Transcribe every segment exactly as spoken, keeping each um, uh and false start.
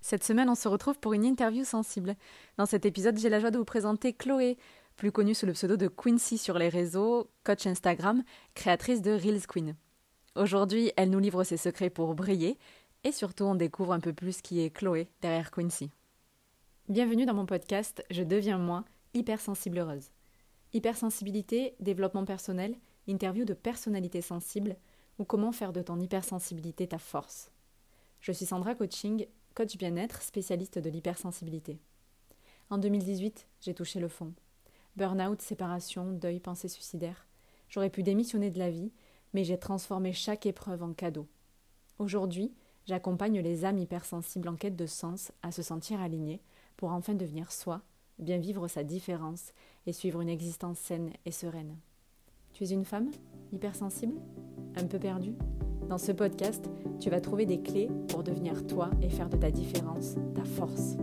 Cette semaine, on se retrouve pour une interview sensible. Dans cet épisode, j'ai la joie de vous présenter Chloé, plus connue sous le pseudo de Quincy sur les réseaux, coach Instagram, créatrice de Reels Queen. Aujourd'hui, elle nous livre ses secrets pour briller et surtout, on découvre un peu plus qui est Chloé derrière Quincy. Bienvenue dans mon podcast « Je deviens moi, hypersensible heureuse ». Hypersensibilité, développement personnel, interview de personnalités sensibles ou comment faire de ton hypersensibilité ta force. Je suis Sandra Coaching, coach bien-être, spécialiste de l'hypersensibilité. En deux mille dix-huit, j'ai touché le fond. Burn-out, séparation, deuil, pensée suicidaire. J'aurais pu démissionner de la vie, mais j'ai transformé chaque épreuve en cadeau. Aujourd'hui, j'accompagne les âmes hypersensibles en quête de sens à se sentir alignées pour enfin devenir soi, bien vivre sa différence et suivre une existence saine et sereine. Tu es une femme hypersensible? Un peu perdue? Dans ce podcast, tu vas trouver des clés pour devenir toi et faire de ta différence ta force.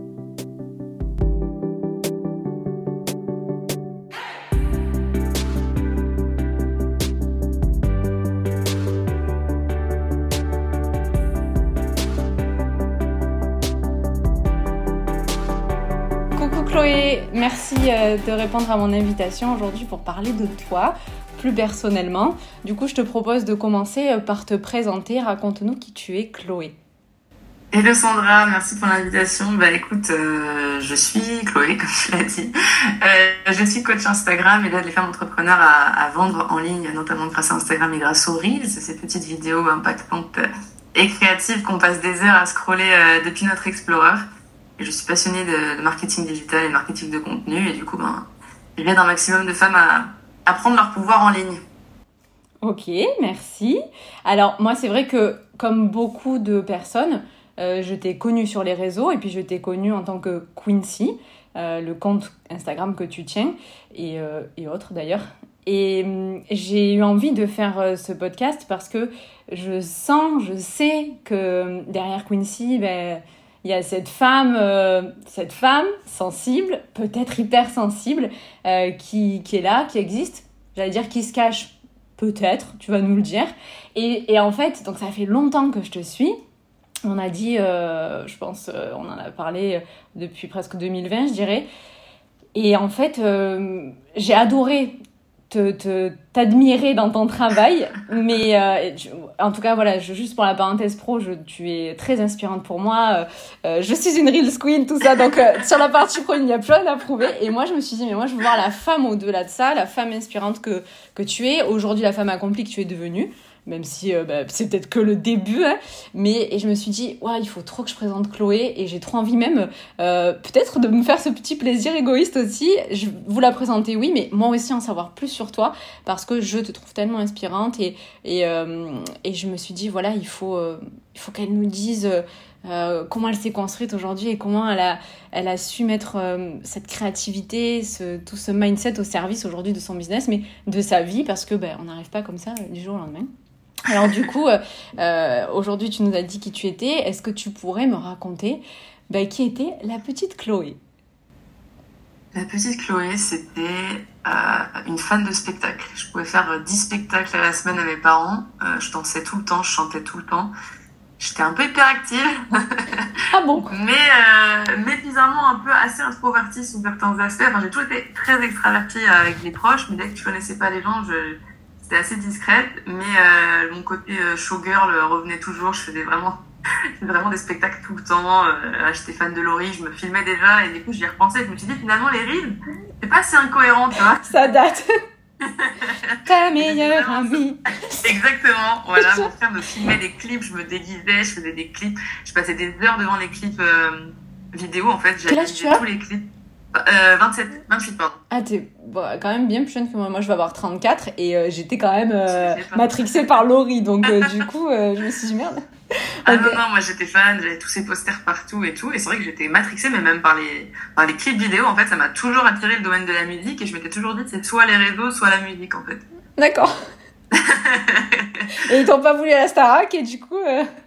Coucou Chloé, merci de répondre à mon invitation aujourd'hui pour parler de toi. Plus personnellement. Du coup, je te propose de commencer par te présenter. Raconte-nous qui tu es, Chloé. Hello Sandra, merci pour l'invitation. Bah écoute, euh, je suis Chloé, comme tu l'as dit. Euh, je suis coach Instagram et j'aide les femmes entrepreneurs à, à vendre en ligne, notamment grâce à Instagram et grâce aux Reels, ces petites vidéos impactantes et créatives qu'on passe des heures à scroller euh, depuis notre Explorer. Et je suis passionnée de, de marketing digital et de marketing de contenu et du coup, ben, j'aide un maximum de femmes à à prendre leur pouvoir en ligne. Ok, merci. Alors, moi, c'est vrai que, comme beaucoup de personnes, euh, je t'ai connue sur les réseaux et puis je t'ai connue en tant que Quincy, euh, le compte Instagram que tu tiens, et, euh, et autres d'ailleurs. Et euh, j'ai eu envie de faire euh, ce podcast parce que je sens, je sais que derrière Quincy, ben, il y a cette femme, euh, cette femme sensible, peut-être hypersensible, euh, qui, qui est là, qui existe. J'allais dire qui se cache, peut-être, tu vas nous le dire. Et, et en fait, donc ça fait longtemps que je te suis. On a dit, euh, je pense, euh, on en a parlé depuis presque deux mille vingt, je dirais. Et en fait, euh, j'ai adoré Te, te, t'admirer dans ton travail, mais euh, tu, en tout cas, voilà, je, juste pour la parenthèse pro, je, tu es très inspirante pour moi. Euh, euh, je suis une Reels Queen, tout ça, donc euh, sur la partie pro, il n'y a plus rien à prouver. Et moi, je me suis dit, mais moi, je veux voir la femme au-delà de ça, la femme inspirante que, que tu es, aujourd'hui, la femme accomplie que tu es devenue. Même si euh, bah, c'est peut-être que le début, hein. Mais et je me suis dit, ouais, il faut trop que je présente Chloé, et j'ai trop envie même, euh, peut-être de me faire ce petit plaisir égoïste aussi. Je vous la présenter, oui, mais moi aussi en savoir plus sur toi, parce que je te trouve tellement inspirante, et, et, euh, et je me suis dit, voilà, il faut, euh, il faut qu'elle nous dise euh, comment elle s'est construite aujourd'hui, et comment elle a, elle a su mettre euh, cette créativité, ce, tout ce mindset au service aujourd'hui de son business, mais de sa vie, parce que ben, on n'arrive pas comme ça euh, du jour au lendemain. Alors du coup, euh, aujourd'hui tu nous as dit qui tu étais. Est-ce que tu pourrais me raconter bah, qui était la petite Chloé? La petite Chloé, c'était euh, une fan de spectacles. Je pouvais faire dix spectacles à la semaine à mes parents. Euh, je dansais tout le temps, je chantais tout le temps. J'étais un peu hyperactive. Ah bon? mais, euh, mais bizarrement un peu assez introvertie sur certains aspects. Enfin, j'ai toujours été très extravertie avec les proches, mais dès que je connaissais pas les gens, je... C'était assez discrète, mais euh, mon côté euh, showgirl euh, revenait toujours. Je faisais vraiment, vraiment des spectacles tout le temps. Euh, j'étais fan de Laurie, je me filmais déjà, et du coup j'y repensais. Je me suis dit finalement les reels, c'est pas si incohérent, tu vois. Ça date. Ta meilleure amie. Exactement. Voilà, mon frère me filmait des clips, je me déguisais, je faisais des clips. Je passais des heures devant les clips euh, vidéo en fait. Quel âge tu as? Tous les clips. Euh, vingt-sept, vingt-huit, pardon. Ah, t'es bon, quand même bien plus jeune que moi. Moi, je vais avoir trente-quatre et euh, j'étais quand même euh, matrixée par Laurie. Donc, euh, du coup, euh, je me suis dit merde. Ah okay. non, non, moi j'étais fan, j'avais tous ces posters partout et tout. Et c'est vrai que j'étais matrixée, mais même par les, par les clips vidéo. En fait, ça m'a toujours attiré le domaine de la musique. Et je m'étais toujours dit, c'est soit les réseaux, soit la musique, en fait. D'accord. Et ils t'ont pas voulu à la Starac et du coup... Euh...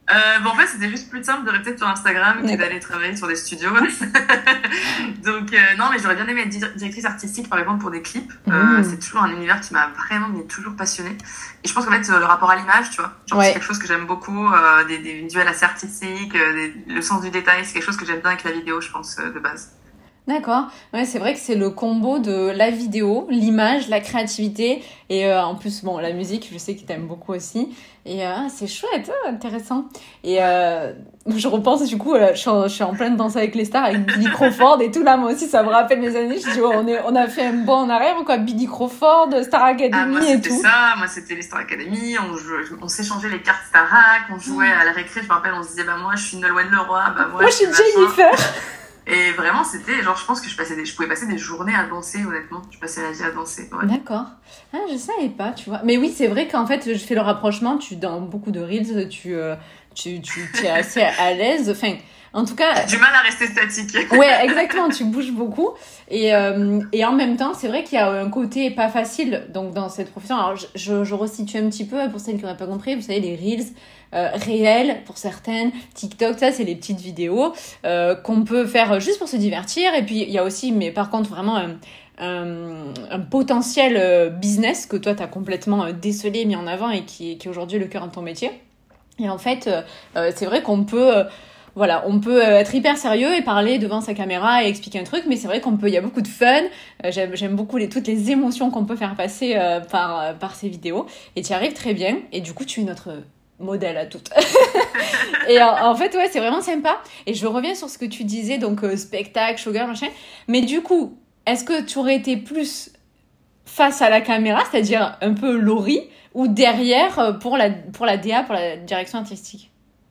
Euh, bon, en fait, c'était juste plus simple de rester sur Instagram que d'aller travailler sur des studios. Donc, euh, non, mais j'aurais bien aimé être dir- directrice artistique, par exemple, pour des clips. Euh, Mmh. c'est toujours un univers qui m'a vraiment, mais toujours passionnée. Et je pense qu'en fait, euh, le rapport à l'image, tu vois, genre, Ouais. c'est quelque chose que j'aime beaucoup, euh, des, des visuels assez artistiques, euh, des- le sens du détail, c'est quelque chose que j'aime bien avec la vidéo, je pense, euh, de base. D'accord. Ouais, c'est vrai que c'est le combo de la vidéo, l'image, la créativité et euh, en plus, bon, la musique, je sais que t'aimes beaucoup aussi. Et euh, c'est chouette, euh, intéressant. Et euh, je repense du coup, euh, je, suis en, je suis en pleine danse avec les stars, avec Billy Crawford et tout là, moi aussi, ça me rappelle mes années. Je dis, oh, on, est, on a fait un bond en arrière, quoi. Billy Crawford, Star Academy Ah, moi, et c'était tout. ça. Moi, c'était les Star Academy. On, jouait, on s'échangeait les cartes Starac. On jouait à la récré. Je me rappelle, on se disait, bah, moi, je suis Nolwenn Leroy. Bah, moi, Moi, je suis machin. Jennifer. Et vraiment, c'était genre, je pense que je, passais des, je pouvais passer des journées à danser, honnêtement. Je passais la vie à danser. Ouais. D'accord. Ah, je savais pas, tu vois. Mais oui, c'est vrai qu'en fait, je fais le rapprochement. Tu, dans beaucoup de reels, tu, euh, tu, tu, tu es assez à l'aise. Enfin, en tout cas. Du mal à rester statique. Ouais, exactement. Tu bouges beaucoup. Et, euh, et en même temps, c'est vrai qu'il y a un côté pas facile donc, dans cette profession. Alors, je, je, je resitue un petit peu pour celles qui n'auraient pas compris. Vous savez, les reels. Euh, réel pour certaines, TikTok, ça c'est les petites vidéos euh, qu'on peut faire juste pour se divertir, et puis il y a aussi, mais par contre vraiment un, un, un potentiel euh, business que toi t'as complètement euh, décelé, mis en avant et qui, qui est aujourd'hui le cœur de ton métier. Et en fait euh, euh, c'est vrai qu'on peut euh, voilà, on peut être hyper sérieux et parler devant sa caméra et expliquer un truc, mais c'est vrai qu'on peut, il y a beaucoup de fun. Euh, j'aime, j'aime beaucoup les, toutes les émotions qu'on peut faire passer euh, par, euh, par ces vidéos, et tu y arrives très bien, et du coup tu es notre modèle à toutes. Et en, en fait, ouais, c'est vraiment sympa. Et je reviens sur ce que tu disais, donc euh, spectacle, showgirl, machin. Mais du coup, est-ce que tu aurais été plus face à la caméra, c'est-à-dire un peu Laurie, ou derrière euh, pour la, pour la D A, pour la direction artistique?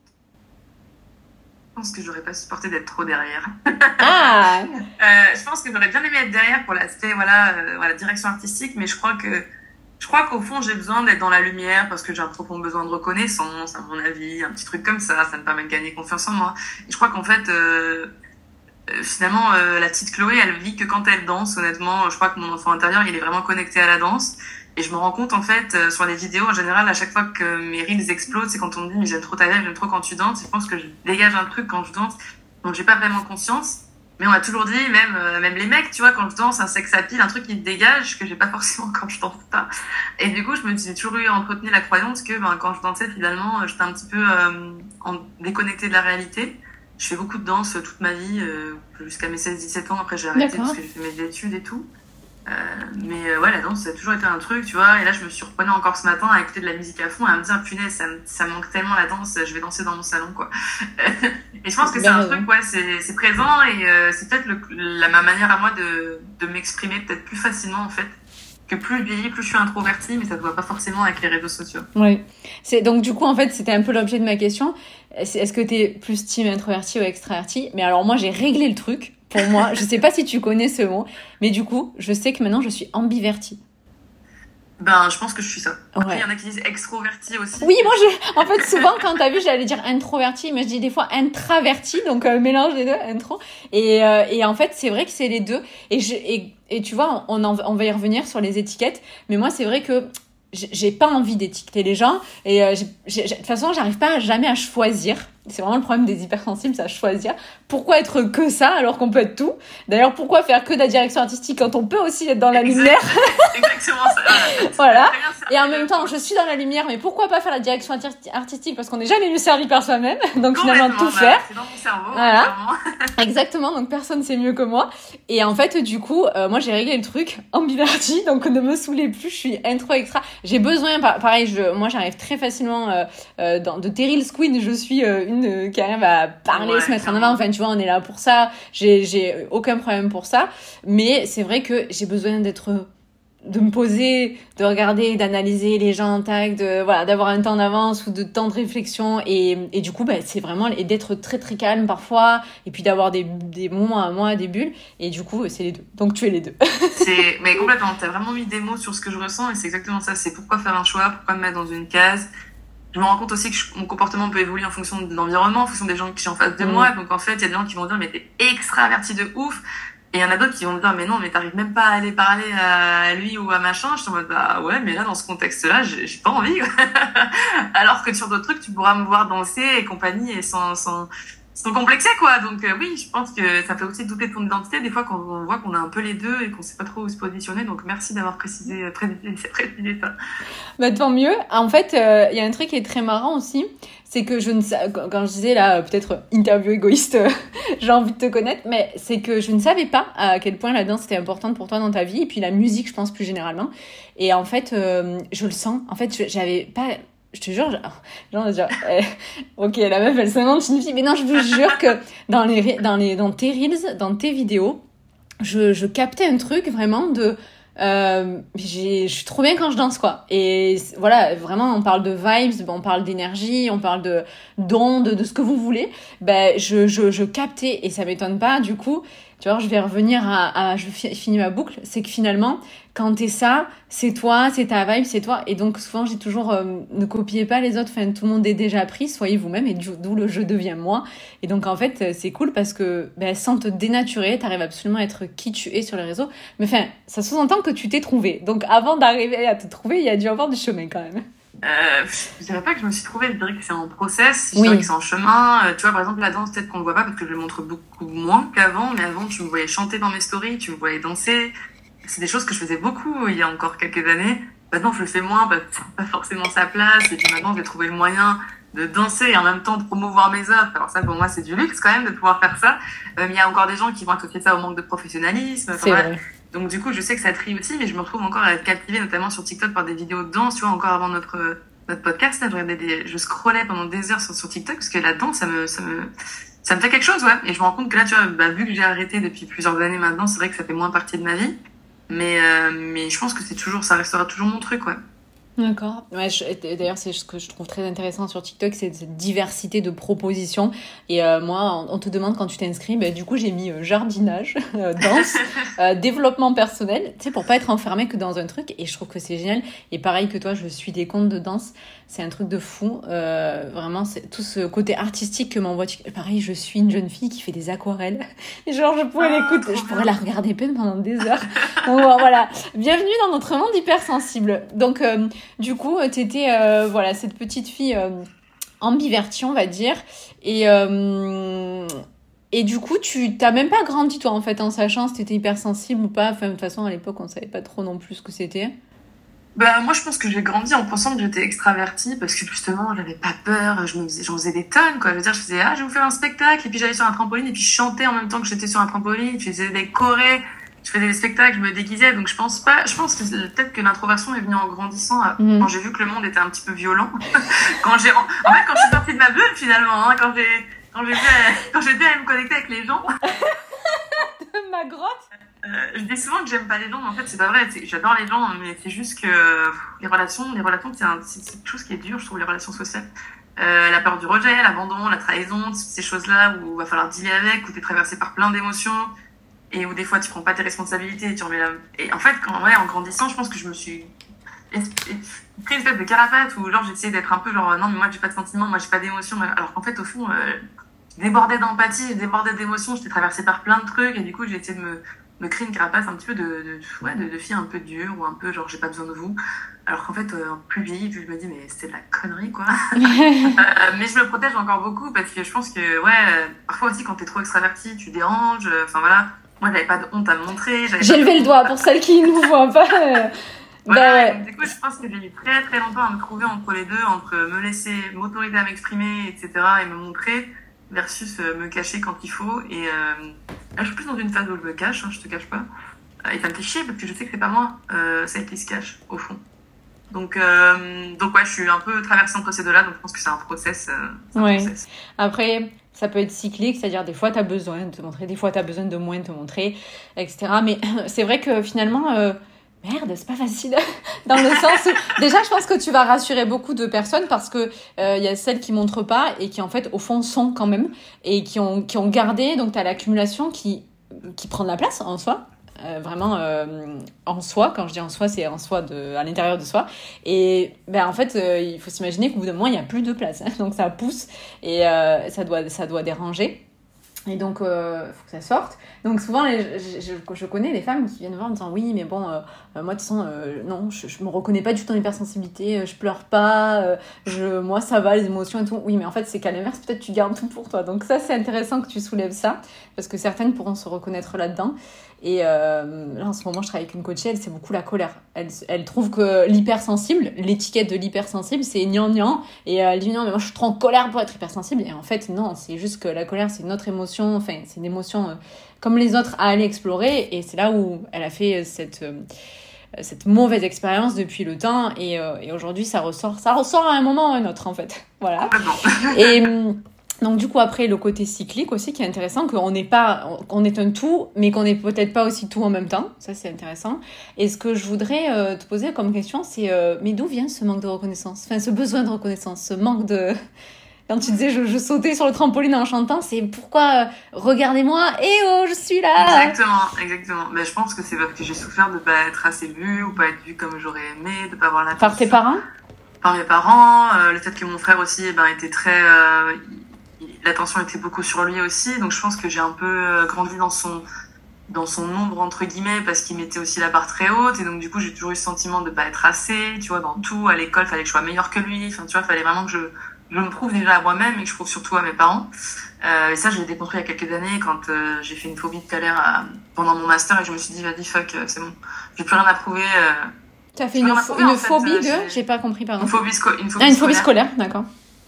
Je pense que j'aurais pas supporté d'être trop derrière. Ah euh, Je pense que j'aurais bien aimé être derrière pour l'aspect, voilà, euh, voilà, direction artistique, mais je crois que Je crois qu'au fond, j'ai besoin d'être dans la lumière parce que j'ai un profond besoin de reconnaissance, à mon avis, un petit truc comme ça, ça me permet de gagner confiance en moi. Et je crois qu'en fait, euh, euh, finalement, euh, la petite Chloé, elle vit que quand elle danse, honnêtement. Je crois que mon enfant intérieur, il est vraiment connecté à la danse. Et je me rends compte, en fait, euh, sur les vidéos, en général, à chaque fois que mes reels explosent, c'est quand on me dit « mais j'aime trop ta live, j'aime trop quand tu danses ». Je pense que je dégage un truc quand je danse dont j'ai pas vraiment conscience. Mais on m'a toujours dit, même, euh, même les mecs, tu vois, quand je danse, un sex appeal, un truc qui me dégage, que j'ai pas forcément quand je danse pas. Et du coup, je me suis toujours eu entretenu la croyance que ben, quand je dansais, finalement, j'étais un petit peu euh, en déconnectée de la réalité. Je fais beaucoup de danse toute ma vie, euh, jusqu'à mes seize dix-sept ans. Après, j'ai arrêté D'accord. parce que j'ai fait mes études et tout. Euh, mais euh, ouais, la danse, ça a toujours été un truc, tu vois. Et là, je me suis reprenée encore ce matin à écouter de la musique à fond et à me dire, punaise, ça, me- ça me manque tellement la danse, je vais danser dans mon salon, quoi. Et je pense que c'est un truc, ouais, c'est, c'est présent et euh, c'est peut-être le, la, ma manière à moi de, de m'exprimer peut-être plus facilement, en fait. Que plus je vieillis, plus je suis introvertie, mais ça ne va pas forcément avec les réseaux sociaux. Oui. C'est, donc, du coup, en fait, c'était un peu l'objet de ma question. Est- Est-ce que tu es plus team introverti ou extraverti? Mais alors, moi, j'ai réglé le truc. Pour moi, je sais pas si tu connais ce mot, mais du coup, je sais que maintenant, je suis ambivertie. Ben, je pense que je suis ça. Après, Ouais. il y en a qui disent extroverti aussi. Oui, moi, je, en fait, souvent, quand t'as vu, j'allais dire introverti, mais je dis des fois intraverti, donc euh, mélange les deux, intro. Et, euh, et en fait, c'est vrai que c'est les deux. Et, je, et, et tu vois, on, en, on va y revenir sur les étiquettes, mais moi, c'est vrai que j'ai j'ai pas envie d'étiqueter les gens. Et euh, j'ai- j'ai- de toute façon, j'arrive pas à- jamais à choisir. C'est vraiment le problème des hypersensibles, c'est à choisir. Pourquoi être que ça alors qu'on peut être tout? D'ailleurs, pourquoi faire que de la direction artistique quand on peut aussi être dans la Exact. lumière? Exactement ça. Voilà. Très bien, ça. Et en même temps, je suis dans la lumière, mais pourquoi pas faire la direction arti- artistique? Parce qu'on n'est jamais mieux servi par soi-même. Donc finalement, Complètement, tout bah, faire. C'est dans mon cerveau. Voilà. Clairement. Exactement, donc personne sait mieux que moi. Et en fait, du coup, euh, moi j'ai réglé le truc ambiverti, donc ne me saoulez plus, je suis intro extra. J'ai besoin, par- pareil, je, moi j'arrive très facilement euh, euh, dans de Terrils Queen, je suis euh, une euh, qui arrive à parler, Ouais, se mettre en clairement. avant. Enfin, tu vois, on est là pour ça. J'ai, j'ai aucun problème pour ça. Mais c'est vrai que j'ai besoin d'être de me poser, de regarder, d'analyser les gens en tag, de voilà, d'avoir un temps d'avance ou de temps de réflexion et, et du coup bah, c'est vraiment et d'être très très calme parfois et puis d'avoir des, des moments à moi, des bulles et du coup c'est les deux. Donc tu es les deux. C'est, mais complètement, t'as vraiment mis des mots sur ce que je ressens et c'est exactement ça. C'est pourquoi faire un choix, pourquoi me mettre dans une case. Je me rends compte aussi que je- mon comportement peut évoluer en fonction de l'environnement, en fonction des gens que j'ai en face de Mm. moi. Donc en fait, il y a des gens qui vont dire mais t'es extraverti de ouf. Et il y en a d'autres qui vont me dire, mais non, mais t'arrives même pas à aller parler à lui ou à machin. Je suis en mode, bah ouais, mais là, dans ce contexte-là, j'ai, j'ai pas envie. Alors que sur d'autres trucs, tu pourras me voir danser et compagnie et sans, sans, sans complexer, quoi. Donc euh, oui, je pense que ça fait aussi douter de ton identité, des fois, quand on voit qu'on a un peu les deux et qu'on sait pas trop où se positionner. Donc merci d'avoir précisé, précisé, précisé ça. Bah, tant mieux. En fait, il euh, y a un truc qui est très marrant aussi, c'est que je ne sais, quand je disais là, peut-être interview égoïste, j'ai envie de te connaître, mais c'est que je ne savais pas à quel point la danse était importante pour toi dans ta vie, et puis la musique, je pense, plus généralement. Et en fait, euh, je le sens. En fait, je, j'avais pas... Je te jure, genre, genre, genre euh, ok, la meuf, elle s'invente une fille, mais non, je vous jure que dans, les, dans, les, dans tes reels, dans tes vidéos, je, je captais un truc vraiment de... Euh, j'ai, je suis trop bien quand je danse, quoi. Et voilà, vraiment, on parle de vibes, on parle d'énergie, on parle de d'ondes, de ce que vous voulez. Ben, je, je, je captais, et ça m'étonne pas, du coup. Tu vois, je vais revenir à, à je finis ma boucle, c'est que finalement, quand t'es ça, c'est toi, c'est ta vibe, c'est toi. Et donc, souvent, j'ai toujours, euh, ne copiez pas les autres, enfin, tout le monde est déjà pris, soyez vous-même, et d'où le jeu devient moi. Et donc, en fait, c'est cool parce que, ben, sans te dénaturer, t'arrives absolument à être qui tu es sur les réseaux. Mais enfin, ça sous-entend que tu t'es trouvé. Donc, avant d'arriver à te trouver, il y a dû avoir du chemin quand même. Euh, je dirais pas que je me suis trouvée, je dirais que c'est en process, je oui. dirais que c'est en chemin. Euh, tu vois, par exemple, la danse, peut-être qu'on ne voit pas parce que je le montre beaucoup moins qu'avant, mais avant, tu me voyais chanter dans mes stories, tu me voyais danser. C'est des choses que je faisais beaucoup il y a encore quelques années. Maintenant, je le fais moins parce que ça n'a pas forcément sa place. Et puis maintenant, j'ai trouvé le moyen de danser et en même temps de promouvoir mes œuvres. Alors ça, pour moi, c'est du luxe quand même de pouvoir faire ça. Euh, mais il y a encore des gens qui vont associer ça au manque de professionnalisme. C'est enfin, vrai. Donc du coup, je sais que ça trie aussi, mais je me retrouve encore à être captivée, notamment sur TikTok, par des vidéos de danse. Tu vois, encore avant notre notre podcast, là, je regardais des, je scrollais pendant des heures sur, sur TikTok parce que la danse, ça me ça me ça me fait quelque chose, ouais. Et je me rends compte que là, tu vois, bah, vu que j'ai arrêté depuis plusieurs années maintenant, c'est vrai que ça fait moins partie de ma vie, mais euh, mais je pense que c'est toujours, ça restera toujours mon truc, ouais. D'accord. Ouais, je, d'ailleurs, c'est ce que je trouve très intéressant sur TikTok, c'est cette diversité de propositions. Et euh, moi, on te demande quand tu t'inscris, ben, du coup, j'ai mis euh, jardinage, euh, danse, euh, développement personnel, tu sais, pour pas être enfermé que dans un truc. Et je trouve que c'est génial. Et pareil que toi, je suis des comptes de danse. C'est un truc de fou. Euh, vraiment, c'est tout ce côté artistique que m'envoie TikTok. Pareil, je suis une jeune fille qui fait des aquarelles. Et genre, je pourrais oh, l'écouter, je pourrais la regarder peine pendant des heures. Donc voilà. Bienvenue dans notre monde hypersensible. Donc, euh, du coup, t'étais euh, voilà, cette petite fille euh, ambivertie, on va dire. Et, euh, et du coup, tu t'as même pas grandi, toi, en fait, en sachant si t'étais hypersensible ou pas. Enfin, de toute façon, à l'époque, on savait pas trop non plus ce que c'était. Bah, moi, je pense que j'ai grandi en pensant que j'étais extravertie parce que justement, j'avais pas peur, je me faisais, j'en faisais des tonnes, quoi. Je veux dire, je faisais, ah, je vais vous faire un spectacle, et puis j'allais sur un trampoline, et puis je chantais en même temps que j'étais sur un trampoline, je faisais des chorés, je faisais des spectacles, je me déguisais, donc je pense pas, je pense que peut-être que l'introversion est venue en grandissant, mmh. quand j'ai vu que le monde était un petit peu violent. quand j'ai, en fait, quand je suis sortie de ma bulle, finalement, hein, quand j'ai, quand j'ai vu, quand j'ai dû aller me connecter avec les gens. De ma grotte. Euh, je dis souvent que j'aime pas les gens, mais en fait c'est pas vrai. C'est, j'adore les gens, mais c'est juste que euh, les relations, les relations, c'est, un, c'est, c'est quelque chose qui est dur, je trouve, les relations sociales. Euh, la peur du rejet, l'abandon, la trahison, ces choses-là où il va falloir dealer avec, où t'es traversé par plein d'émotions et où des fois tu prends pas tes responsabilités et tu remets la. Et en fait, quand, ouais, en grandissant, je pense que je me suis pris une espèce de carapace où genre j'essayais d'être un peu genre non mais moi j'ai pas de sentiments, moi j'ai pas d'émotions, alors qu'en fait au fond, euh, je débordais d'empathie, je débordais d'émotions, j'étais traversée par plein de trucs et du coup j'ai essayé de me me créer une carapace un petit peu de, de, ouais, de, de fille un peu dure ou un peu genre j'ai pas besoin de vous, alors qu'en fait euh, plus vieille plus je me dis mais c'est de la connerie quoi. euh, mais je me protège encore beaucoup parce que je pense que ouais euh, parfois aussi quand t'es trop extraverti tu déranges, enfin euh, voilà, moi j'avais pas de honte à me montrer, j'avais j'ai levé le doigt pour celles qui nous voient pas. Voilà, bah ouais. Du coup je pense que j'ai mis très très longtemps à me trouver entre les deux, entre me laisser m'autoriser à m'exprimer etc et me montrer versus euh, me cacher quand il faut. Et euh, là, je suis plus dans une phase où je me cache, hein, je te cache pas. Euh, et ça me fait chier parce que je sais que c'est pas moi, euh, celle qui se cache, au fond. Donc, euh, donc ouais, je suis un peu traversée entre ces deux-là, donc je pense que c'est un process. Euh, c'est un ouais. process. Après, ça peut être cyclique, c'est-à-dire des fois, tu as besoin de te montrer, des fois, tu as besoin de moins te montrer, et cetera. Mais c'est vrai que finalement... Euh, Merde, c'est pas facile. Dans le sens où, déjà, je pense que tu vas rassurer beaucoup de personnes parce que euh, y a celles qui montrent pas et qui, en fait, au fond, sont quand même et qui ont, qui ont gardé. Donc, t'as l'accumulation qui, qui prend de la place en soi. Euh, vraiment euh, en soi. Quand je dis en soi, c'est en soi, de, à l'intérieur de soi. Et ben, en fait, euh, il faut s'imaginer qu'au bout d'un moment, il n'y a plus de place. Hein, donc, ça pousse et euh, ça doit, ça doit déranger. Et donc, il euh, faut que ça sorte. Donc, souvent, les, je, je, je connais des femmes qui viennent me voir en me disant oui, mais bon, euh, moi, de toute façon, euh, non, je, je me reconnais pas du tout en hypersensibilité, euh, je pleure pas, euh, je, moi, ça va, les émotions et tout. Oui, mais en fait, c'est qu'à l'inverse, peut-être tu gardes tout pour toi. Donc, ça, c'est intéressant que tu soulèves ça, parce que certaines pourront se reconnaître là-dedans. Et euh, là, en ce moment, je travaille avec une coachée, elle, c'est beaucoup la colère. Elle, elle trouve que l'hypersensible, l'étiquette de l'hypersensible, c'est gnangnan. Et euh, elle dit non, mais moi, je suis trop en colère pour être hypersensible. Et en fait, non, c'est juste que la colère, c'est une autre émotion. Enfin, c'est une émotion euh, comme les autres à aller explorer. Et c'est là où elle a fait cette, euh, cette mauvaise expérience depuis le temps. Et, euh, et aujourd'hui, ça ressort, ça ressort à un moment ou à un autre, en fait. Voilà. Et... Donc du coup après le côté cyclique aussi qui est intéressant, qu'on n'est pas, qu'on est un tout mais qu'on n'est peut-être pas aussi tout en même temps, ça c'est intéressant. Et ce que je voudrais euh, te poser comme question c'est euh, mais d'où vient ce manque de reconnaissance, enfin ce besoin de reconnaissance, ce manque de... Quand tu disais je, je sautais sur le trampoline en chantant, c'est pourquoi euh, regardez-moi et oh je suis là. Exactement, exactement. Mais je pense que c'est parce que j'ai souffert de pas être assez vue ou pas être vue comme j'aurais aimé, de pas avoir l'attention. Par tes parents? Par mes parents, euh, le fait que mon frère aussi eh ben, était très... Euh, l'attention était beaucoup sur lui aussi, donc je pense que j'ai un peu grandi dans son dans son ombre entre guillemets parce qu'il mettait aussi la barre très haute et donc du coup j'ai toujours eu ce sentiment de pas être assez, tu vois, dans tout. À l'école fallait que je sois meilleure que lui, enfin tu vois, fallait vraiment que je je me prouve déjà à moi-même et que je prouve surtout à mes parents. Euh, et ça je l'ai déconstruit il y a quelques années quand euh, j'ai fait une phobie de colère à, pendant mon master et je me suis dit vas-y fuck c'est bon, j'ai plus rien à prouver. Euh, T'as fait une, prouver, une phobie fait, euh, de j'ai... j'ai pas compris pardon. Une phobie, sco- une phobie ah, une scolaire. phobie scolaire, d'accord.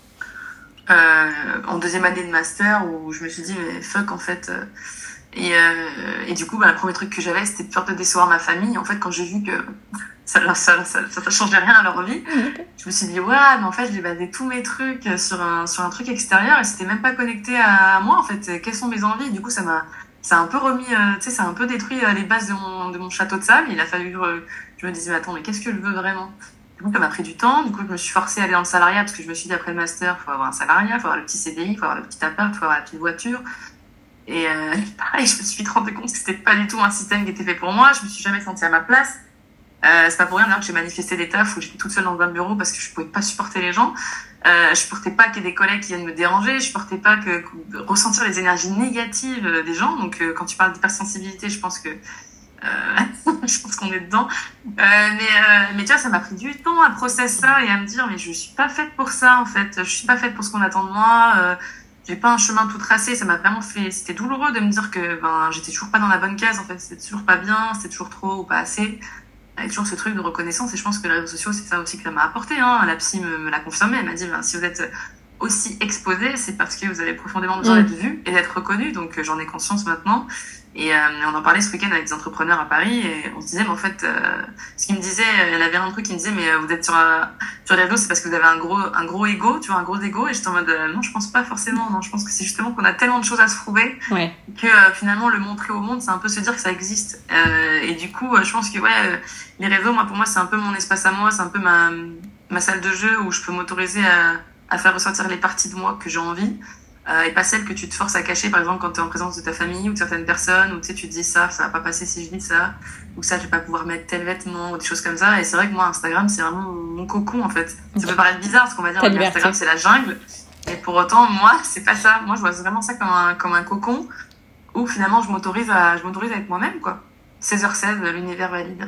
Euh, en deuxième année de master où je me suis dit mais fuck en fait euh, et, euh, et du coup bah, le premier truc que j'avais c'était peur de décevoir ma famille en fait quand j'ai vu que ça ça, ça, ça, ça changeait rien à leur vie. Okay. Je me suis dit ouais mais en fait j'ai basé tous mes trucs sur un, sur un truc extérieur et c'était même pas connecté à moi en fait, quelles sont mes envies. Du coup ça m'a ça a un peu remis euh, tu sais ça a un peu détruit euh, les bases de mon, de mon château de sable. Il a fallu euh, je me disais mais attends mais qu'est-ce que je veux vraiment. Du coup, ça m'a pris du temps. Du coup, je me suis forcée à aller dans le salariat parce que je me suis dit, après le master, il faut avoir un salariat, il faut avoir le petit C D I, il faut avoir le petit appart, il faut avoir la petite voiture. Et euh, pareil, je me suis vite rendu compte que c'était pas du tout un système qui était fait pour moi. Je me suis jamais sentie à ma place. Euh, c'est pas pour rien d'ailleurs que j'ai manifesté des tafs où j'étais toute seule dans un bureau parce que je pouvais pas supporter les gens. Euh, je supportais pas qu'il y ait des collègues qui viennent me déranger. Je supportais pas que, que ressentir les énergies négatives des gens. Donc, euh, quand tu parles d'hypersensibilité, je pense que Euh, je pense qu'on est dedans. Euh, mais, euh, mais tu vois, ça m'a pris du temps à processer ça et à me dire, mais je suis pas faite pour ça, en fait. Je suis pas faite pour ce qu'on attend de moi. Euh, j'ai pas un chemin tout tracé. Ça m'a vraiment fait, c'était douloureux de me dire que, ben, j'étais toujours pas dans la bonne case, en fait. C'était toujours pas bien, c'était toujours trop ou pas assez. Il y a toujours ce truc de reconnaissance et je pense que les réseaux sociaux, c'est ça aussi que ça m'a apporté, hein. La psy me, me l'a confirmé. Elle m'a dit, ben, si vous êtes aussi exposé, c'est parce que vous avez profondément besoin mmh. d'être vu et d'être reconnu. Donc, euh, j'en ai conscience maintenant. Et euh, on en parlait ce week-end avec des entrepreneurs à Paris et on se disait, mais en fait, euh, ce qu'il me disait, il y en avait un truc qui me disait, mais vous êtes sur, euh, sur les réseaux, c'est parce que vous avez un gros, un gros ego, tu vois, un gros ego. Et j'étais en mode, euh, non, je pense pas forcément. Non, je pense que c'est justement qu'on a tellement de choses à se prouver ouais. que euh, finalement, le montrer au monde, c'est un peu se dire que ça existe. Euh, et du coup, euh, je pense que ouais, euh, les réseaux, moi, pour moi, c'est un peu mon espace à moi, c'est un peu ma, ma salle de jeu où je peux m'autoriser à, à faire ressortir les parties de moi que j'ai envie. Euh, et pas celle que tu te forces à cacher, par exemple, quand tu es en présence de ta famille ou de certaines personnes, où tu sais, tu te dis ça, ça va pas passer si je dis ça, ou ça, je vais pas pouvoir mettre tel vêtement, ou des choses comme ça. Et c'est vrai que moi, Instagram, c'est vraiment mon cocon, en fait. Ça peut paraître bizarre, parce qu'on va dire, que Instagram, c'est la jungle. Et pour autant, moi, c'est pas ça. Moi, je vois vraiment ça comme un, comme un cocon, où finalement, je m'autorise à, je m'autorise à être moi-même, quoi. seize heures seize, l'univers valide.